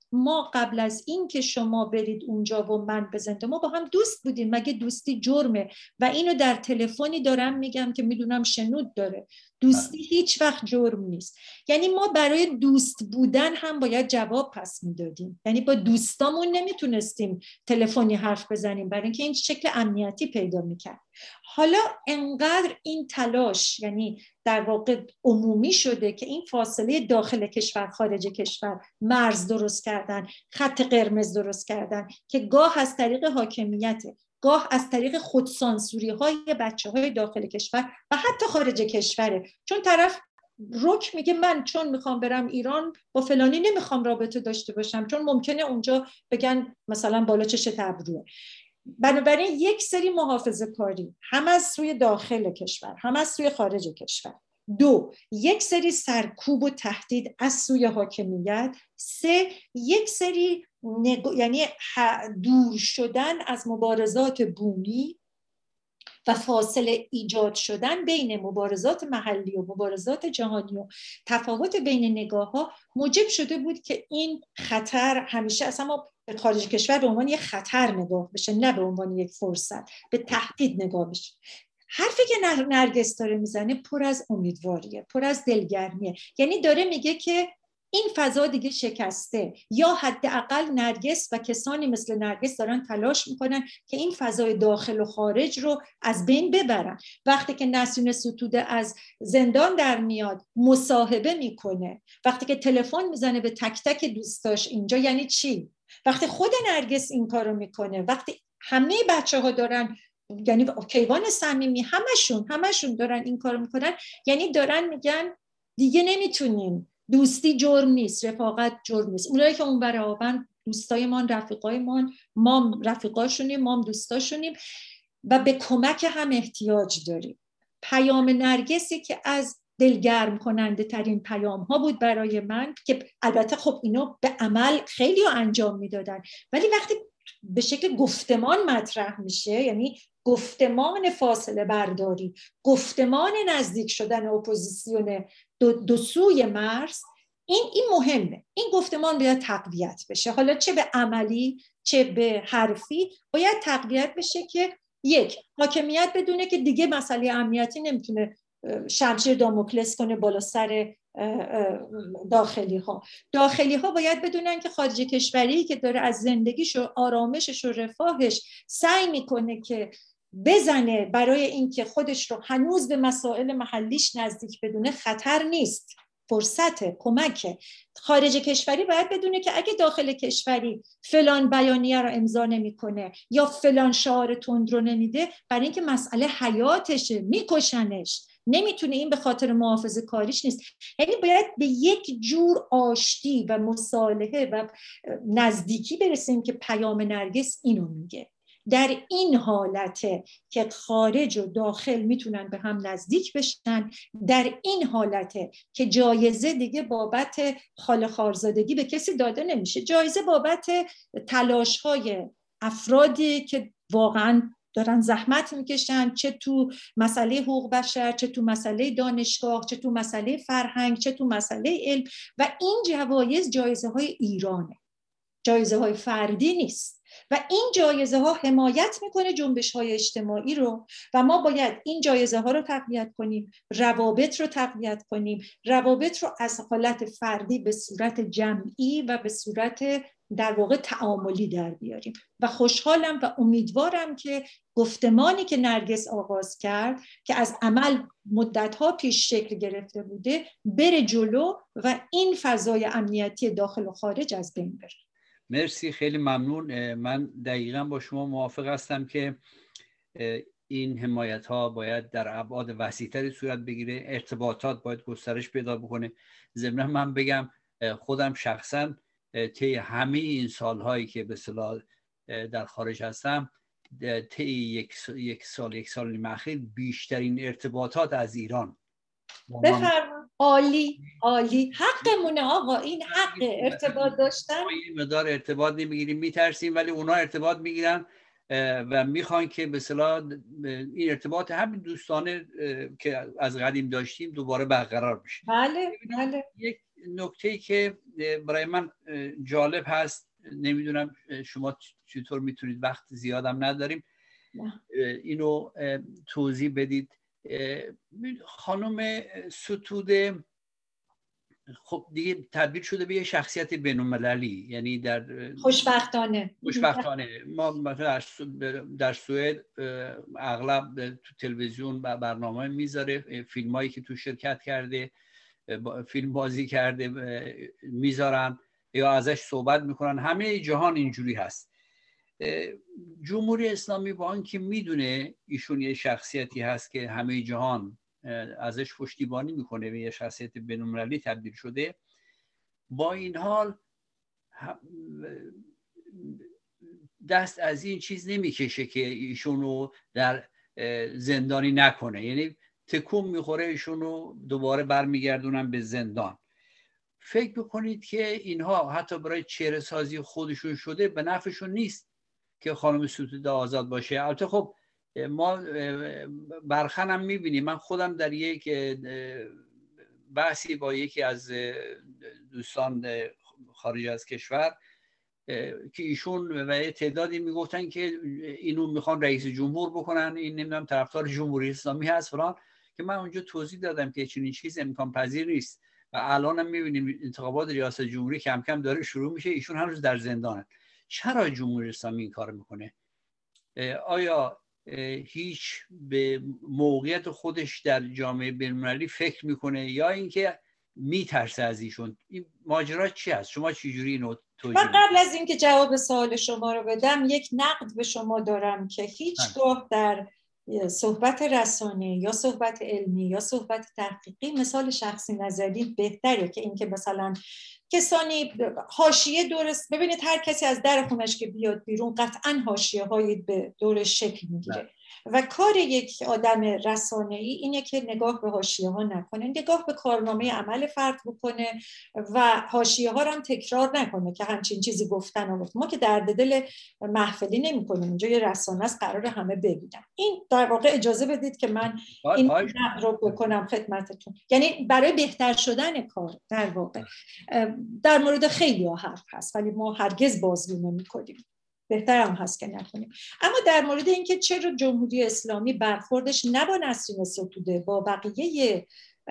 ما قبل از این که شما برید اونجا و من به زنده، ما با هم دوست بودیم، مگه دوستی جرمه؟ و اینو در تلفنی دارم میگم که میدونم شنود داره، دوستی هیچ وقت جرم نیست. یعنی ما برای دوست بودن هم باید جواب پس میدادیم، یعنی با دوستامون نمیتونستیم تلفنی حرف بزنیم برای اینکه این شکل امنیتی پیدا میکرد. حالا انقدر این تلاش یعنی در واقع عمومی شده که این فاصله داخل کشور خارج کشور، مرز درست کردن، خط قرمز درست کردن که گاه از طریق حاکمیت، گاه از طریق خودسانسوری های بچه های داخل کشور و حتی خارج کشوره. چون طرف رک میگه من چون میخوام برم ایران با فلانی نمیخوام رابطه داشته باشم، چون ممکنه اونجا بگن مثلا بالا چش ابروه. بنابراین یک سری محافظه کاری هم از سوی داخل کشور هم از سوی خارج کشور. 2، یک سری سرکوب و تهدید از سوی حاکمیت. 3، یک سری یعنی دور شدن از مبارزات بومی و فاصله ایجاد شدن بین مبارزات محلی و مبارزات جهانی و تفاوت بین نگاه‌ها موجب شده بود که این خطر همیشه اصلا ما به خارج کشور به عنوان یک خطر نگاه بشه، نه به عنوان یک فرصت، به تهدید نگاه بشه. حرفی که نرگس داره میزنه پر از امیدواریه، پر از دلگرمیه. یعنی داره میگه که این فضا دیگه شکسته، یا حداقل نرگس و کسانی مثل نرگس دارن تلاش میکنن که این فضای داخل و خارج رو از بین ببرن. وقتی که نسرین ستوده از زندان در میاد مصاحبه میکنه، وقتی که تلفن میزنه به تک تک دوستاش اینجا، یعنی چی؟ وقتی خود نرگس این کارو میکنه، وقتی همه بچه‌ها دارن، یعنی کیوان صمیمی همشون دارن این کارو میکنن، یعنی دارن میگن دیگه نمیتونیم، دوستی جرم نیست، رفاقت جرم نیست. اونایی که اون برای آبن دوستایمان، رفیقایمان، ما رفیقاشونیم، ما هم دوستاشونیم و به کمک هم احتیاج داریم. پیام نرگسی که از دلگرم کننده ترین پیام ها بود برای من، که البته خب اینو به عمل خیلی ها انجام میدادن، ولی وقتی به شکل گفتمان مطرح میشه، یعنی گفتمان فاصله برداری، گفتمان نزدیک شدن اپوزیسیون دو سوی مرز، این مهمه. این گفتمان باید تقویت بشه، حالا چه به عملی چه به حرفی باید تقویت بشه که یک، حاکمیت بدونه که دیگه مسئله امنیتی نمیتونه شمشیر داموکلس کنه بالا سر داخلی ها باید بدونن که خارج کشوری که داره از زندگیش و آرامشش و رفاهش سعی میکنه که بزنه برای اینکه خودش رو هنوز به مسائل محلیش نزدیک بدونه، خطر نیست، فرصته، کمکه. خارج کشوری باید بدونه که اگه داخل کشوری فلان بیانیه رو امضا نمیکنه یا فلان شعار تند رو نمیده، برای اینکه مسئله حیاتشه، میکشنش، نمیتونه، این به خاطر محافظه کاریش نیست. یعنی باید به یک جور آشتی و مصالحه و نزدیکی برسیم که پیام نرگس اینو میگه. در این حالته که خارج و داخل میتونن به هم نزدیک بشن، در این حالته که جایزه دیگه بابت خاله خارزادگی به کسی داده نمیشه، جایزه بابت تلاش‌های افرادی که واقعاً دارن زحمت میکشن، چه تو مسئله حقوق بشر، چه تو مسئله دانشگاه، چه تو مسئله فرهنگ، چه تو مسئله علم. و این جوایز جایزه های ایرانه، جایزه های فردی نیست و این جایزه ها حمایت میکنه جنبش های اجتماعی رو و ما باید این جایزه ها رو تقویت کنیم، روابط رو تقویت کنیم، روابط رو از حالت فردی به صورت جمعی و به صورت در واقع تعاملی در بیاریم. و خوشحالم و امیدوارم که گفتمانی که نرگس آغاز کرد که از عمل مدتها پیش شکل گرفته بوده بره جلو و این فضای امنیتی داخل و خارج از بین بره. مرسی، خیلی ممنون. من دقیقاً با شما موافق هستم که این حمایت ها باید در ابعاد وسیع‌تری صورت بگیره، ارتباطات باید گسترش پیدا بکنه. ضمن من بگم خودم شخصاً طی همه این سالهایی که به اصطلاح در خارج هستم، طی یک سال نیم اخیر بیشترین ارتباطات از ایران. بفرما. عالی عالی، حقمونه آقا، این حق ارتباط داشتن. ما این مقدار ارتباط نمیگیریم، میترسیم، ولی اونا ارتباط میگیرن و میخوان که به اصطلاح این ارتباط همین دوستانه که از قدیم داشتیم دوباره برقرار بشه. بله. یک نکته‌ای که برای من جالب هست، نمیدونم شما چطور میتونید، وقت زیادم نداریم، اینو توضیح بدید. خانم ستوده خب دیگه تبدیل شده به یه شخصیت بین‌المللی، یعنی در خوشبختانه ما مثلا در سوئد اغلب تو تلویزیون برنامه میذاره، فیلمایی که تو شرکت کرده، فیلم بازی کرده میذارن یا ازش صحبت میکنن. همه جهان اینجوری هست. جمهوری اسلامی با آنکه میدونه ایشون یه شخصیتی هست که همه جهان ازش پشتیبانی میکنه و یه شخصیت بین‌المللی تبدیل شده، با این حال دست از این چیز نمیکشه که ایشونو در زندانی نکنه. یعنی تکون میخوره ایشونو دوباره برمیگردونن به زندان. فکر بکنید که اینها حتی برای چهره سازی خودشون شده، به نفعشون نیست که خانم ستوده آزاد باشه. البته خب ما برخنم میبینیم، من خودم در یک بحثی با یکی از دوستان خارج از کشور که ایشون و یه تعدادی میگفتن که اینو میخوان رئیس جمهور بکنن، این نمیدونم طرفدار جمهوری اسلامی هست فلان، که من اونجا توضیح دادم که چنین چیز امکان پذیر نیست و الان هم میبینیم انتخابات ریاست جمهوری کم کم داره شروع میشه، ایشون هنوز در زندانه. چرا جمهوری اسلامی این کار میکنه؟ آیا هیچ به موقعیت خودش در جامعه بین‌المللی فکر میکنه یا اینکه میترسه از ایشون؟ این ماجرا چی است؟ شما چجوری اینو توجیه من قبل از اینکه جواب سوال شما رو بدم یک نقد به شما دارم که هیچگاه در صحبت رسانه یا صحبت علمی یا صحبت تحقیقی مثال شخصی نظری بهتره که اینکه مثلا کسانی حاشیه دورست. ببینید هر کسی از در خونش که بیاد بیرون قطعاً حاشیه‌هایی به دورش شکل میگیره و کار یک آدم رسانه‌ای اینه که نگاه به حاشیه‌ها نکنه، نگاه به کارنامه عمل فرد بکنه و حاشیه‌ها رو هم تکرار نکنه که همچین چیزی گفتن و ما که درد دل محفلی نمی‌کنیم، اینجا یه رسانه است قراره همه ببینن. این در واقع اجازه بدید که من این نقد رو بکنم خدمتتون، یعنی برای بهتر شدن کار در واقع در مورد خیلی ها حرف هست ولی ما هرگز بازگو نمی‌کنیم، بهتر هم هست که نکنیم. اما در مورد اینکه چرا جمهوری اسلامی برخوردش نه با نسرین ستوده، با بقیه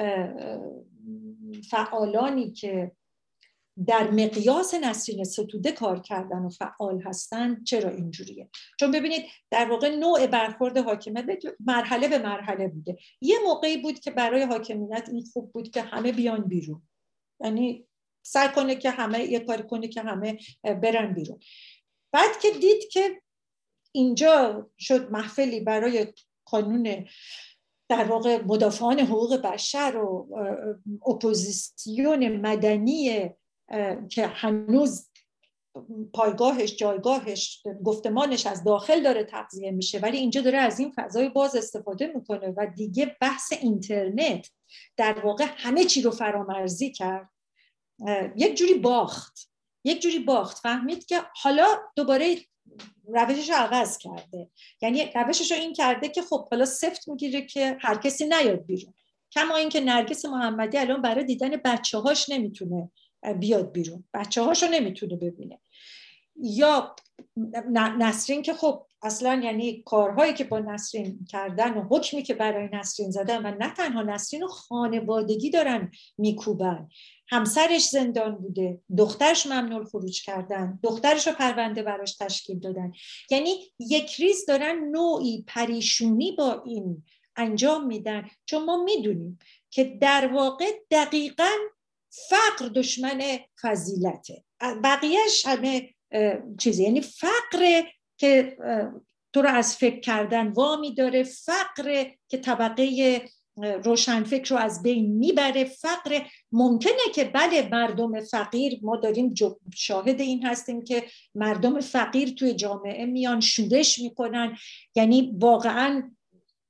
فعالانی که در مقیاس نسرین ستوده کار کردن و فعال هستن چرا اینجوریه؟ چون ببینید در واقع نوع برخورد حاکمیت مرحله به مرحله بوده. یه موقعی بود که برای حاکمیت این خوب بود که همه بیان بیرون، یعنی سعی کنه که همه یه کاری کنه که همه برن بیرون. بعد که دید که اینجا شد محفلی برای قانون در واقع مدافعان حقوق بشر و اپوزیسیون مدنی که هنوز پایگاهش، جایگاهش، گفتمانش از داخل داره تغذیه میشه ولی اینجا داره از این فضای باز استفاده میکنه و دیگه بحث اینترنت در واقع همه چی رو فرامرزی کرد، یک جوری باخت، فهمید که حالا دوباره روشش رو عوض کرده، یعنی روشش رو این کرده که خب حالا سفت میگیره که هر کسی نیاد بیرون، کما اینکه نرگس محمدی الان برای دیدن بچه‌هاش نمیتونه بیاد بیرون، بچه‌هاشو نمیتونه ببینه. یا نسرین که خب اصلا یعنی کارهایی که با نسرین کردن و حکمی که برای نسرین زدن و نه تنها نسرین و خانوادگی دارن میکوبن، همسرش زندان بوده، دخترش ممنوع خروج کردن، دخترش رو پرونده براش تشکیل دادن، یعنی یک ریز دارن نوعی پریشونی با این انجام میدن. چون ما میدونیم که در واقع دقیقاً فقر دشمن فضیلته، بقیهش همه چیزی، یعنی فقر که تو رو از فکر کردن وامی داره، فقر که طبقه روشنفکر رو از بین میبره، فقر ممکنه که بله مردم فقیر، ما داریم شاهد این هستیم که مردم فقیر توی جامعه میان شورش میکنن، یعنی واقعا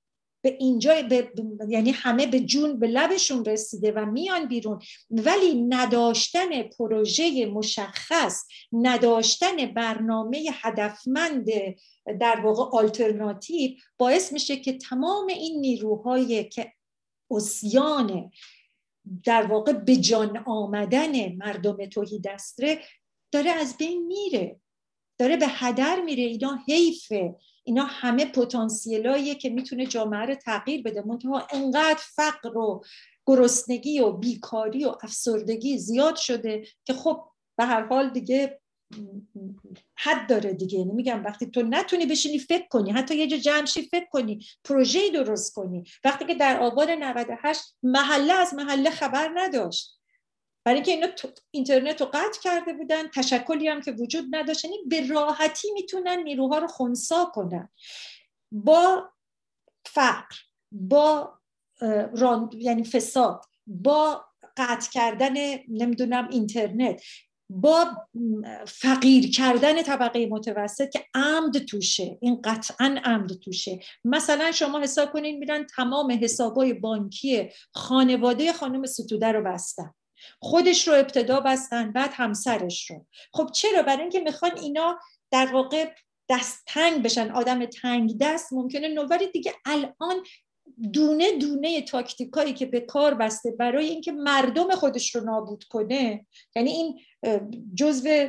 به اینجا یعنی همه به جون به لبشون رسیده و میان بیرون، ولی نداشتن پروژه مشخص، نداشتن برنامه هدفمند در واقع آلترناتیو باعث میشه که تمام این نیروهایی که عصیان در واقع به جان آمدن مردم توحیدسته داره از بین میره، داره به هدر میره. اینا حیفه، اینا همه پتانسیلاییه که میتونه جامعه رو تغییر بده، منتها انقدر فقر و گرسنگی و بیکاری و افسردگی زیاد شده که خب به هر حال دیگه حد داره دیگه. یعنی میگم وقتی تو نتونی بشینی فکر کنی، حتی یه جا جمعشی فکر کنی، پروژه‌ای درست کنی، وقتی که در آبان 98 محله از محله خبر نداشت، برای اینکه اینا اینترنت رو قطع کرده بودن، تشکلی هم که وجود نداشت، یعنی به راحتی میتونن نیروها رو خنثی کنن. با فقر، با یعنی فساد، با قطع کردن نمیدونم اینترنت، با فقیر کردن طبقه متوسط که عمد توشه، این قطعا عمد توشه. مثلا شما حساب کنین میرن تمام حسابای بانکی خانواده خانم ستوده رو بستن، خودش رو ابتدا بستن، بعد همسرش رو. خب چرا؟ برای اینکه میخوان اینا در واقع دست تنگ بشن، آدم تنگ دست ممکنه نوبری دیگه. الان دونه دونه تاکتیکایی که به کار بسته برای اینکه مردم خودش رو نابود کنه، یعنی این جزو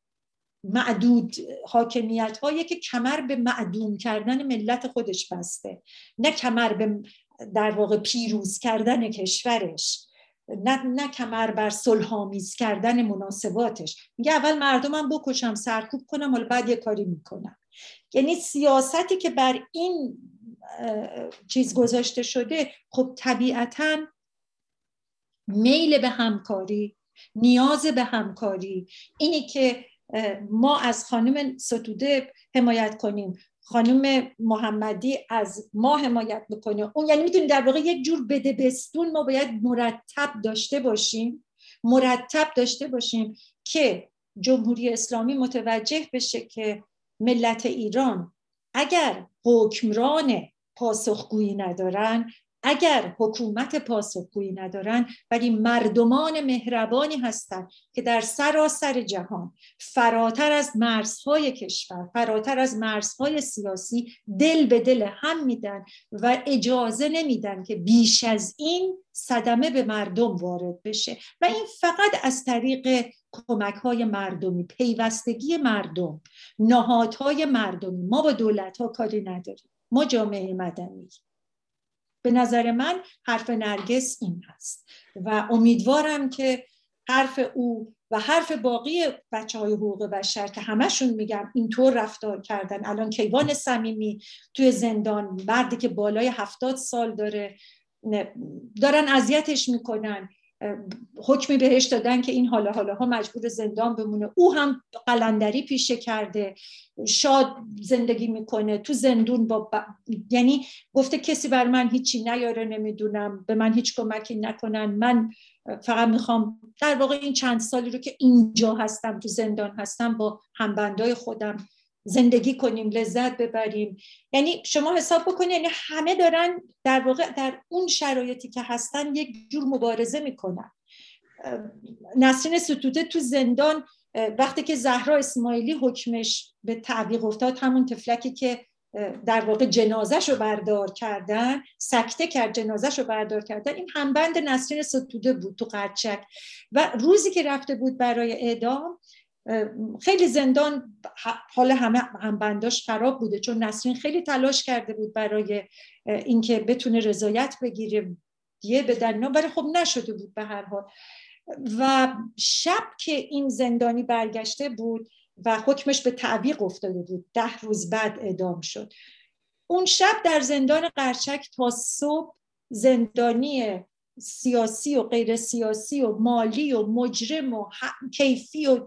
معدود حاکمیت هایی که کمر به معدوم کردن ملت خودش بسته، نه کمر به در واقع پیروز کردن کشورش، نه کمر بر صلح‌آمیز کردن مناسباتش. میگه اول مردمم بکشم، سرکوب کنم، حالا بعد یه کاری میکنم. یعنی سیاستی که بر این چیز گذاشته شده، خب طبیعتاً میل به همکاری، نیاز به همکاری، اینی که ما از خانم ستوده حمایت کنیم، خانم محمدی از ما حمایت بکنه، اون یعنی میتونیم در واقع یک جور بده بستون ما باید مرتب داشته باشیم که جمهوری اسلامی متوجه بشه که ملت ایران اگر حکمران پاسخگویی ندارن، اگر حکومت پاسخگویی ندارن، ولی مردمان مهربانی هستند که در سراسر جهان فراتر از مرزهای کشور، فراتر از مرزهای سیاسی دل به دل هم میدن و اجازه نمیدن که بیش از این صدمه به مردم وارد بشه. و این فقط از طریق کمک‌های مردمی، پیوستگی مردم، نهادهای مردمی. ما با دولت‌ها کاری نداریم، ما جامعه مدنی. به نظر من حرف نرگس این هست و امیدوارم که حرف او و حرف باقی بچه‌های حقوق بشر که همشون میگم اینطور رفتار کردن. الان کیوان صمیمی توی زندان، مردی که بالای 70 سال دارن اذیتش میکنن، حکمی بهش دادن که این حالا مجبور زندان بمونه. او هم قلندری پیشه کرده، شاد زندگی میکنه تو زندون یعنی گفته کسی بر من هیچی نیاره، نمیدونم به من هیچ کمکی نکنن، من فقط میخوام در واقع این چند سالی رو که اینجا هستم، تو زندان هستم، با همبندای خودم زندگی کنیم، لذت ببریم. یعنی شما حساب بکنید، یعنی همه دارن در واقع در اون شرایطی که هستن یک جور مبارزه میکنن. نسرین ستوده تو زندان وقتی که زهرا اسماعیلی حکمش به تعویق افتاد، همون طفلکی که در واقع جنازش رو بردار کردن، سکته کرد، جنازش رو بردار کردن، این همبند نسرین ستوده بود تو قرچک. و روزی که رفته بود برای اعدام، خیلی زندان حال همه همبنداش خراب بوده، چون نسرین خیلی تلاش کرده بود برای اینکه بتونه رضایت بگیره دیه بدن، ولی خب نشده بود به هر حال. و شب که این زندانی برگشته بود و حکمش به تعویق افتاده بود، 10 روز بعد اعدام شد، اون شب در زندان قرچک تا صبح زندانی سیاسی و غیر سیاسی و مالی و مجرم و کیفی و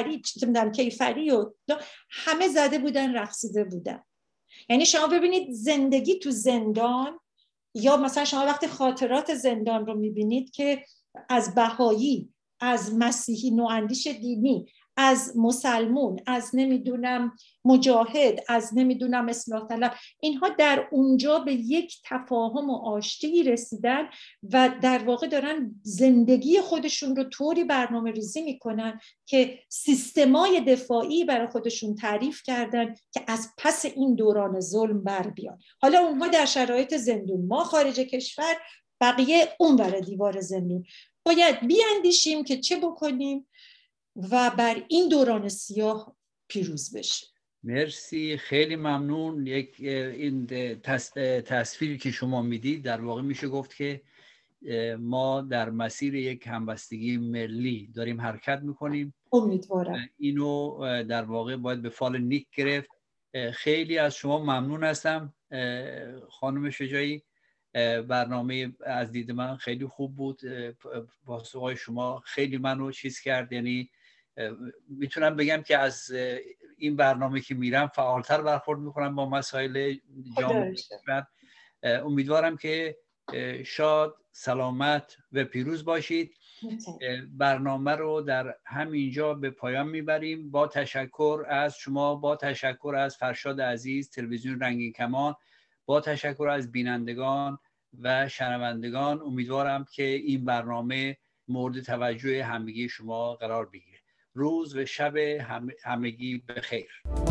کیفری و همه زده بودن، رقصیده بودن. یعنی شما ببینید زندگی تو زندان، یا مثلا شما وقتی خاطرات زندان رو میبینید که از بهایی، از مسیحی نواندیش دینی، از مسلمون، از نمیدونم مجاهد، از نمیدونم اصلاح طلب، اینها در اونجا به یک تفاهم و آشتی رسیدن و در واقع دارن زندگی خودشون رو طوری برنامه ریزی میکنن که سیستمای دفاعی برای خودشون تعریف کردن که از پس این دوران ظلم بر بیان. حالا اونها در شرایط زندون، ما خارج کشور، بقیه اون بر دیوار زندون. باید بیاندیشیم که چه بکنیم و بر این دوران سیاه پیروز بشیم. مرسی، خیلی ممنون. این تصویری که شما میدید در واقع میشه گفت که ما در مسیر یک همبستگی ملی داریم حرکت میکنیم. امیدوارم. اینو در واقع باید به فال نیک گرفت. خیلی از شما ممنون هستم خانم شجاعی. برنامه از دید من خیلی خوب بود. پاسخهای شما خیلی منو چیز کرد، یعنی میتونم بگم که از این برنامه که میرم فعالتر برخورد میکنم با مسائل جامعه. امیدوارم که شاد، سلامت و پیروز باشید. برنامه رو در همینجا به پایان میبریم با تشکر از شما، با تشکر از فرشاد عزیز، تلویزیون رنگین کمان، با تشکر از بینندگان و شنوندگان. امیدوارم که این برنامه مورد توجه همگی شما قرار بگیره. روز و شب همگی بخیر.